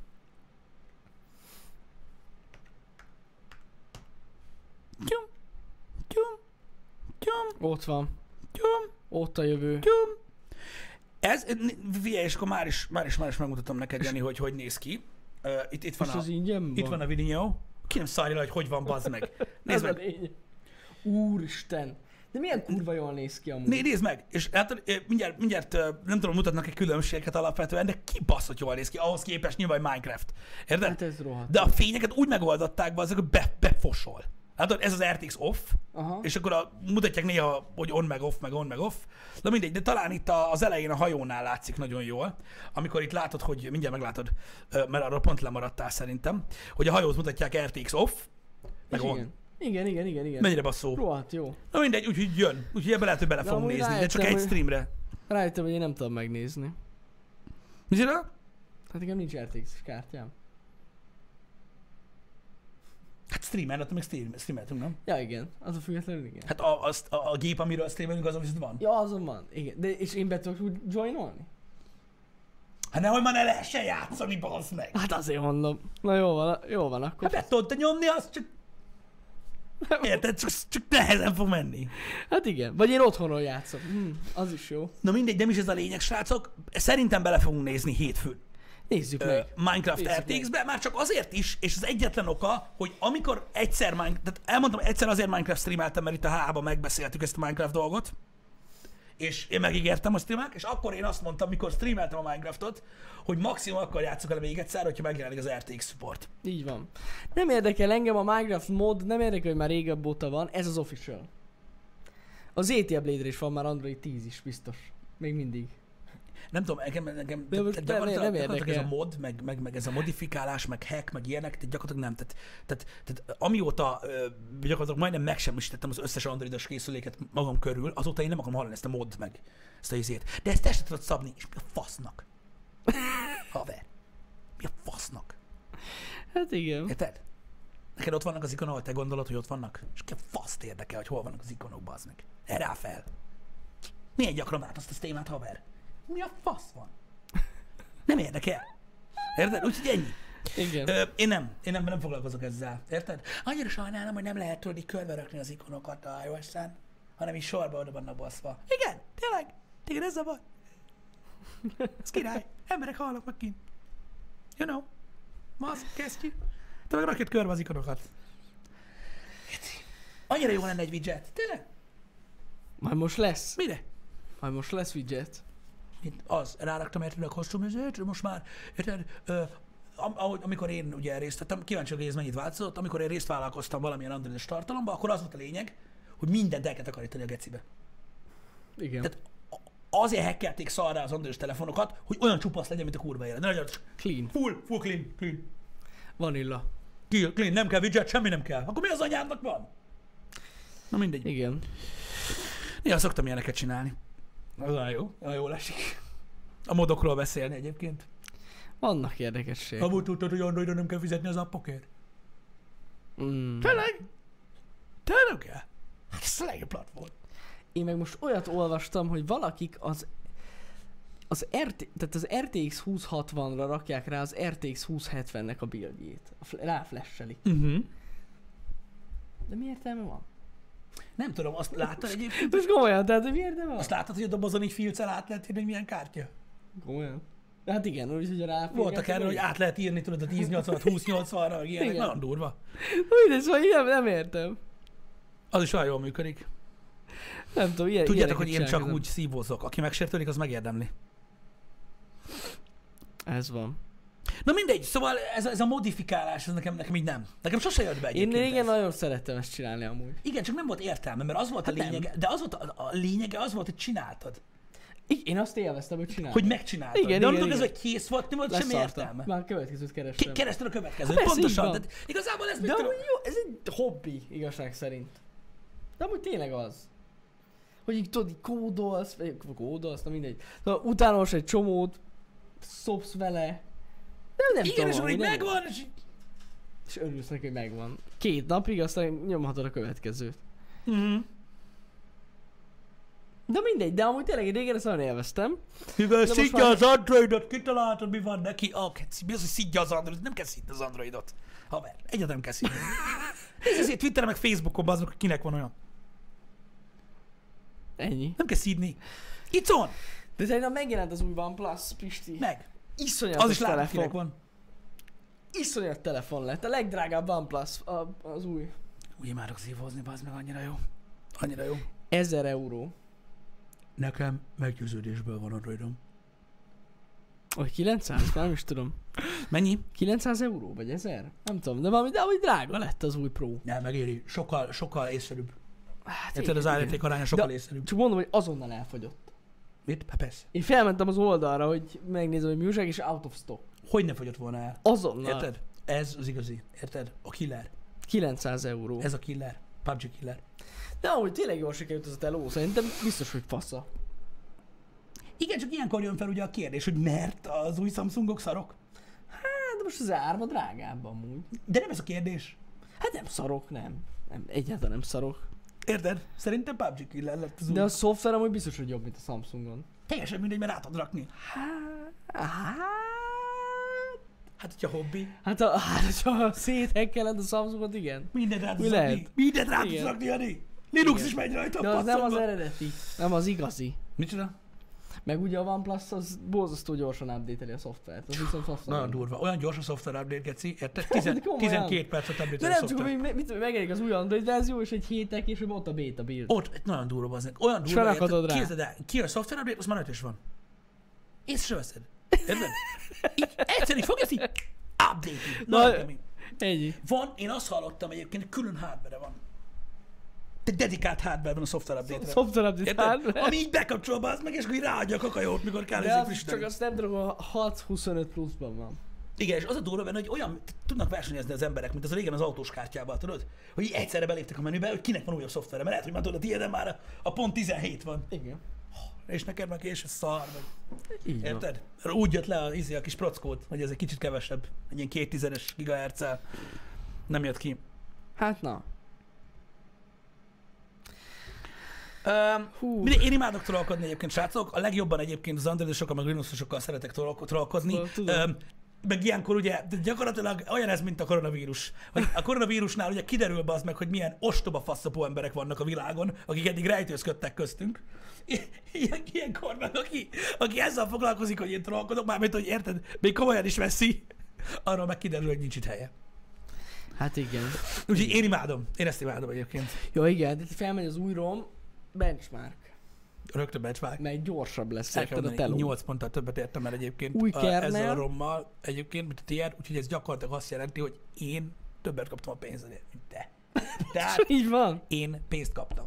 Tyum, tyum, tyum, Ott van. tyum, Ott a jövő. tyum. Ez, figyelj, és akkor már is, már is, már is megmutatom neked, Jani, hogy hogy néz ki. Uh, itt, itt van És a... az ingyen van? Itt van a videó. Ki nem szarja le, hogy hogy van, bazd meg. Ez Nézd a meg. lényeg. Úristen. De milyen kurva jól néz ki amúgy. Né, nézd meg. És hát eh, mindjárt, mindjárt eh, nem tudom, mutatnak egy különbséget alapvetően, de kibaszott jól néz ki, ahhoz képest nyilván Minecraft. Érted? Hát ez rohadt. De a fényeket úgy megoldották be, azok, hogy be, befosol. Látod, ez az er té iksz off, Aha. és akkor a, mutatják néha, hogy on meg off, meg on meg off. De mindegy, de talán itt a, az elején a hajónál látszik nagyon jól, amikor itt látod, hogy mindjárt meglátod, ö, mert arra pont lemaradtál szerintem, hogy a hajót mutatják er té iksz off, meg És on. igen. Igen, igen, igen, igen. Mennyire basszó. Rohadt jó. Na mindegy, úgyhogy jön. Úgyhogy ebbe lehet, hogy bele De fogunk amúgy nézni, de csak rájöttem, egy hogy- streamre. Rájöttem, hogy én nem tudom megnézni. Micsoda? Hát nekem nincs er té iksz kártyám. Hát streamen, attól még stream, streameltünk, nem? Ja igen, az a függetlenül igen. Hát a, a, a, a gép, amiről streamelünk, azon viszont van. Ja, azon van. Igen. De és én be tudok úgy joinolni? Hát nehogy már ne lehessen játszani, bazd meg! Hát azért mondom. Na jó van, jó van akkor. Hát be tudod te nyomni, azt csak... Érted? Csak, csak nehezen fog menni. Hát igen. Vagy én otthonról játszom. Hm, az is jó. Na mindegy, nem is ez a lényeg, srácok. Szerintem bele fogunk nézni hétfőn. Nézzük Ö, meg. Minecraft Nézzük er té iksz-be, már csak azért is, és az egyetlen oka, hogy amikor egyszer Minecraft, tehát elmondtam, egyszer azért Minecraft streameltem, mert itt a há há-ban megbeszéltük ezt a Minecraft dolgot, és én megígértem a streamek, és akkor én azt mondtam, mikor streameltem a Minecraftot, hogy maximum akkor játszok vele még egyszer, hogyha megjelenik az er té iksz support. Így van. Nem érdekel engem a Minecraft mod, nem érdekel, hogy már régebb óta van, ez az official. Az zé té á Blade-re is van már Android tíz is, biztos. Még mindig. Nem tudom, nekem, nekem De most nem- gyakorlatilag, nem gyakorlatilag ez a érdekel. mod, meg, meg, meg ez a modifikálás, meg hack, meg ilyenek, tehát gyakorlatilag nem. Tehát, tehát, tehát amióta ö, gyakorlatilag majdnem megsemmisítettem az összes androidos készüléket magam körül, azóta én nem akarom hallani ezt a mod meg, ezt a izét. De ezt te sem tudod szabni, és mi a fasznak? Haver, mi a fasznak? Hát igen. Érted? Neked ott vannak az ikonok, ahol te gondolod, hogy ott vannak? És ki a faszt érdekel, hogy hol vannak az ikonok, bazd meg. Erre áll fel. Milyen gyakran lát azt a témát, haver? Mi a fasz van? Nem érdekel. Érted? Úgyhogy ennyi. Igen. Ö, én nem, én nem, nem foglalkozok ezzel. Érted? Annyira sajnálom, hogy nem lehet tudni körbe rakni az ikonokat a iOS-en, hanem is sorba oda vannak baszva. Igen, tényleg. Téged ez a baj. Ez király. Emberek halnak meg kint. You know. Maszk, kesztyű. Te meg rakjad körbe az ikonokat. Annyira jó lenne egy widget. Tényleg? Majd most lesz. Mire? Majd most lesz widget. Mint az, ráraktam érted a kosztümözőt, most már, érted, ö, am, ahogy, amikor én ugye részt vettem, kíváncsi vagyok, hogy ez mennyit változott, amikor én részt vállalkoztam valamilyen androidos tartalomba, akkor az volt a lényeg, hogy mindent el kell takarítani a gecibe. Igen. Tehát azért hackelték szarrá az androidos telefonokat, hogy olyan csupasz legyen, mint a kurva élet. Ne legyen Clean. full, full clean, clean. Vanilla. Clean, nem kell widget, semmi nem kell. Akkor mi az anyádnak van? Na mindegy. Igen. Néha szoktam ilyeneket csinálni. Az olyan jó, olyan jól esik. A modokról beszélni egyébként. Vannak érdekességek. Amúgy tudtad, hogy Androidon nem kell fizetni az appokért? Mm. Tényleg? Tényleg nem kell? Hát ez a legjobb platform. Én meg most olyat olvastam, hogy valakik az az, R T, tehát az R T X húsz hatvanra rakják rá az R T X húsz hetvennek a buildjét. A fl- ráflashelik. Uh-huh. De mi értelme van? Nem tudom, azt láttad egyébként? Most komolyan, tehát hogy mi értelme van? Azt láttad, hogy a dobozon így filccel át lehet írni, hogy milyen kártya? Komolyan. Hát igen, úgy, hogy a rá... Voltak erről, hogy át lehet írni, tudod, a tíz nyolcvanat, húsz nyolcvanra, meg ilyenek. Igen. Nagyon durva. Mindegy, szóval nem, nem értem. Az is olyan jól működik. Nem tudom, ilyen Tudjátok, hogy ilyeneket én csak csinálkozom. úgy szívózok. Aki megsértődik, az megérdemli. Ez van. Na mindegy, szóval ez, a- ez a modifikálás, ez nekem, nekem így nem. Nekem sose jött be Én egyébként régen ez. nagyon szerettem ezt csinálni amúgy. Igen, csak nem volt értelme, mert az volt Hát a nem. lényege, de az volt a, a lényege az volt, hogy csináltad. I- Én azt élveztem, hogy csináltam. Hogy megcsináltad. Igen, de igen, amikor ez, igen. hogy kész volt, nem volt semmi Leszartam. értelme. Már a következőt Ki- kerestem. Kerested a következőt, Hát persze, pontosan. így van. Tehát igazából ez mit De tudom... amúgy jó, ez egy hobbi, igazság szerint. De amúgy tényleg az. Hogy így tudod, így kódolsz, vagy kódolsz, na mindegy. Szóval utálós egy csomót, szopsz vele. De nem Igen, tudom, és akkor így amúgy nem- megvan, és így... És örülsz neki, hogy megvan. Két napig, aztán nyomhatod a következőt. Mhm. De mindegy, de amúgy tényleg régen ezt nagyon élveztem. Mivel most szidja már- az Androidot, kitaláltad, mi van neki? Ah, keci, mi az, hogy szidja az Androidot? Nem kell szidni az Androidot. Haver, egyáltalán nem kell szidni. Nézd azért Twitteren, meg Facebookon, bazd meg, hogy kinek van olyan. Ennyi. Nem kell szidni. It's on! De szerintem megjelent az új OnePlus, Pisti. Meg. Iszonyatos Az is látom, telefon. kinek van. Iszonyat telefon lett. A legdrágább OnePlus, a, az új. Úgy imádok szívózni, bazd meg, annyira jó. Annyira jó. ezer euró. Nekem meggyőződésből van Androidom. Vagy kilencszáz? Nem is tudom. Mennyi? kilencszáz euró? Vagy ezer? Nem tudom, de valami, de amúgy drága lett az új Pro. Nem, megéri. Sokkal, sokkal észszerűbb. Hát Érted, az árérték aránya sokkal De- észszerűbb. Csak mondom, hogy azonnal elfogyott. Mit? Hát persze. Én felmentem az oldalra, hogy megnézem, hogy mi újság, és out of stock. Hogy ne fogyott volna el? Azonnal. Érted? Ez az igazi. Érted? A killer. kilencszáz euró. Ez a killer. pé u bé gé killer. De amúgy tényleg jól sikerült ez a teló, szerintem biztos, hogy fasza. Igen, csak ilyenkor jön fel ugye a kérdés, hogy mert az új Samsungok szarok? Hát, de most az árma drágább amúgy. De nem ez a kérdés. Hát nem szarok, nem. nem egyáltalán nem szarok. Érted? Szerintem pé u bé gé killer lett az új. De a szoftver amúgy biztos, hogy jobb, mint a Samsungon. Teljesen mindegy, mert át tudod rakni. Hát... Hát, hogyha hobbi, Hát, ha, hát ha széthekkeled a Samsungot, igen. mindent rá Mi tudsz lehet? rakni. Mindent rá tudsz Igen. rakni, Jani. Linux Igen. is megy rajta. De az nem az passzolva. eredeti, nem az igazi. Micsoda? Meg ugye a OnePlus az borzasztó gyorsan update-eli a szoftvert, az viszont fasza. Nagyon durva. Olyan gyors a szoftver update, geci, érted? De Tizen- komolyan. tizenkét percet update De a nem csak, szoftver. hogy mit, mit, megjelenik az új Android verzió, és egy hétek, és ott a beta build. Ott nagyon durva az. Olyan És durva, felrakhatod rá. Képzeld el, ki a szoftver update, az már öt is van. Észre se veszed. Érted? Így egyszerűen fogja, így update. Na, Nagyon kemény. Ennyi. Van, én azt hallottam egyébként, külön hardware van. Egy dedikált hardware van a szoftver update-re. Software update Érted? hardware. Ami így bekapcsol az meg, és akkor így ráadja a kakajót, mikor kell De ezért az frissíteni. csak a Snapdragon hat huszonöt pluszban van. Igen, és az a durva benne, hogy olyan tudnak versenyezni az emberek, mint az régen az autós kártyával, tudod? Hogy így egyszerre beléptek a menübe, hogy kinek van újabb szoftvere, mert lehet, hogy már tudod, a tiéden már a, a pont tizenhét van. Igen. És neked meg és ez szar, vagy. Így van. Érted? Úgy jött le a, izé, a kis prockót, hogy ez egy kicsit kevesebb, egy ilyen két tizedes gigahertzel. Nem jött ki. Hát na. Um, Hú. Mindegy, én imádok trollkodni egyébként, srácok. A legjobban egyébként az androidosokkal, meg linuxosokkal szeretek troll- trollkozni. Tudom. Um, meg ilyenkor ugye, de gyakorlatilag olyan ez, mint a koronavírus. Hogy a koronavírusnál ugye kiderül be az meg, hogy milyen ostoba faszapó emberek vannak a világon, akik eddig rejtőzködtek köztünk. Ilyen, ilyenkor meg, aki, aki ezzel foglalkozik, hogy én trollkodok, mármint, hogy érted, még komolyan is veszi, arról meg kiderül, hogy nincs itt helye. Hát igen. Úgyhogy én imádom. Én ezt imádom egyébként. Jó, igen, de felmegy az új ROM, benchmark. Rögtön benchmark. Mert gyorsabb lesz, El kell érted a mondani, teló. nyolc ponttal többet értem el egyébként Új a, kernel. ezzel a rommal egyébként, mint a tiéd, úgyhogy ez gyakorlatilag azt jelenti, hogy én többet kaptam a pénzedért, mint te. Tehát Így van. én pénzt kaptam.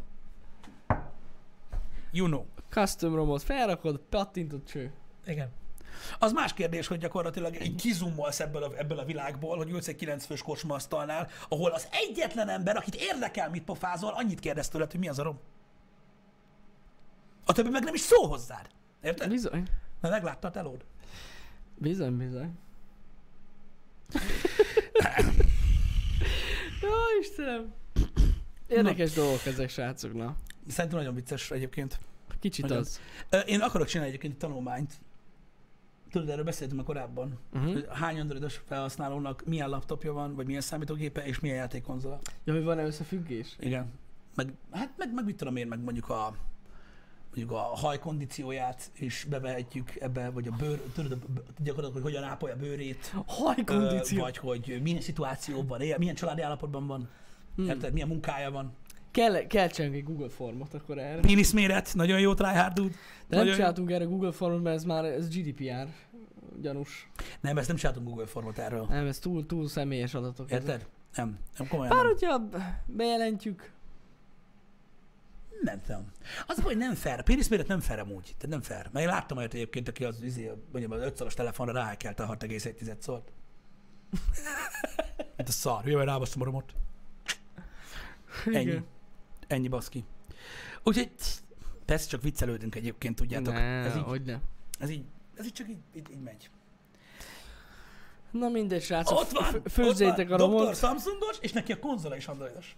You know. Custom romot felrakod, pattintott cső. Igen. Az más kérdés, hogy gyakorlatilag így kizumolsz ebből a, ebből a világból, hogy ülsz egy kilenc fős kocsmaasztalnál, ahol az egyetlen ember, akit érdekel, mit pofázol, annyit kérdez tőled, hogy mi az a rom. A többi meg nem is szól hozzád. Érted? Bizony. Mert meglátta a telód. Bizony, bizony. Jó, Istenem. Érdekes na. dolgok ezek, srácok, na. Szerintem nagyon vicces egyébként. Kicsit nagyon. az. Én akarok csinálni egyébként egy tanulmányt. Tudod, erről beszéltünk már korábban. Uh-huh. Hogy hány androidos felhasználónak milyen laptopja van, vagy milyen számítógépe, és milyen játékkonzola. Ja, hogy van-e összefüggés? Igen. Meg, hát meg, meg mit tudom én, meg mondjuk a mondjuk a hajkondícióját is bevehetjük ebbe, vagy a bőr, tudod, gyakorlatilag, hogy hogyan ápolja a bőrét. Hajkondíció. Vagy hogy milyen szituációban él, milyen családi állapotban van. Hmm. Érted, milyen munkája van. Kell, kell csinálni egy Google formot akkor erre. Péniszméret, nagyon jó tryhard dude. De nem csináltunk erre Google formot, mert ez már ez G D P R gyanús. Nem, ezt nem csináltunk Google formot erről. Nem, ez túl, túl személyes adatok. Érted? Ezek. Nem, nem komolyan. Bár nem. hogyha bejelentjük. Nem tudom. Az, hogy nem fair. A péniszméret nem fair amúgy. Tehát nem fair. Mert én láttam olyat egyébként, aki az, izé, mondjam, az ötszoros telefonra ráhekkelte a hat egész egy szót. Hát a szar. Hülye, mert rábasztom a romot. Ennyi. Igen. Ennyi baszki. Úgyhogy persze csak viccelődünk egyébként, tudjátok. Ne, ez, így, hogyne. ez, így, ez így csak így, így, így megy. Na mindegy, srácok. Ott van, Főzzétek a romot. doktor Samsungos, és neki a konzola is androidos.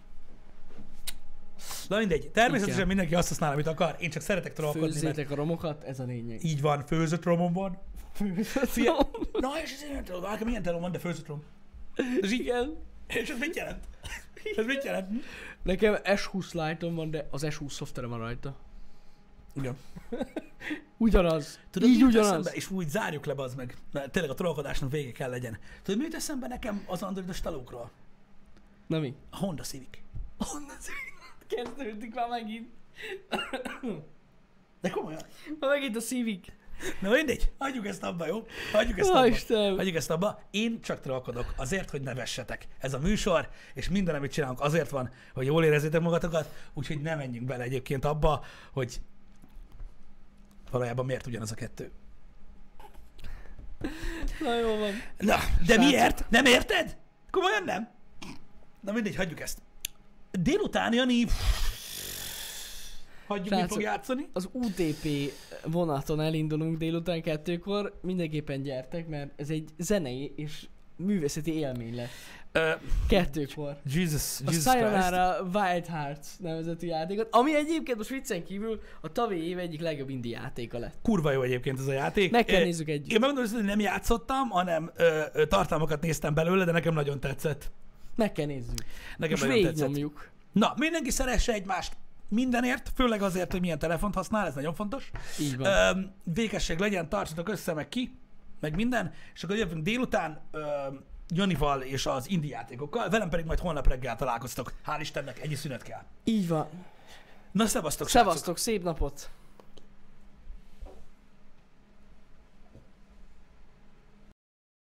Na mindegy, természetesen Igen. mindenki azt használ, amit akar. Én csak szeretek trollkodni, mert Főzzétek a romokat, ez a lényeg. így van, főzött romom van. Főzzött Fia... rom. Na és ez ilyen telom, nekem milyen telom van, de főzött rom. Ez így, Igen. és ez mit jelent? Ez mit jelent? Nekem S húsz Lite-om van, de az S húsz szoftvere van rajta. Igen. Ugyanaz. Tudod, így mi jut ugyanaz. eszembe? És úgy zárjuk le, bazd meg. Mert tényleg a trollkodásnak vége kell legyen. Tudod, mi jut eszembe nekem az androidos telókról? Na mi? A Honda Civic. Honda Civic. Kezdődik már megint. De komolyan. Ma megint a Civic. Na mindegy, hagyjuk ezt abba, jó? Hagyjuk ezt Ó, abba. Istenem. Hagyjuk ezt abba. Én csak trollkodok azért, hogy ne vessetek. Ez a műsor, és minden, amit csinálunk, azért van, hogy jól érezzétek magatokat, úgyhogy ne menjünk bele egyébként abba, hogy valójában miért ugyanaz a kettő. Na jó van. Na, de Srácok. miért? Nem érted? Komolyan nem? Na mindegy, hagyjuk ezt. Délután, Jani, hagyjuk, mi Srácok. fog játszani. Az U T P vonaton elindulunk délután kettőkor. Mindenképpen gyertek, mert ez egy zenei és művészeti élmény lesz. Uh, Kettőkor. Jesus, A Jesus Christ. Sayonara Wild Hearts nevezetű játékot, ami egyébként most viccen kívül a tavalyi év egyik legjobb indie játéka lett. Kurva jó egyébként ez a játék. Meg kell Ö, nézzük együtt. Én megmondom, hogy nem játszottam, hanem ö, ö, tartalmakat néztem belőle, de nekem nagyon tetszett. Meg kell nézzük. Nekem Most nagyon végig tetszett. nyomjuk. Na, mindenki szeresse egymást mindenért, főleg azért, hogy milyen telefont használ, ez nagyon fontos. Így van. Ö, vékesség legyen, tartsatok össze, meg ki, meg minden, és akkor jövünk délután ö, Janival és az indie játékokkal, velem pedig majd holnap reggel találkoztok. Hál' Istennek, ennyi szünet kell. Így van. Na, szevasztok, srácok! Szevasztok, szép napot!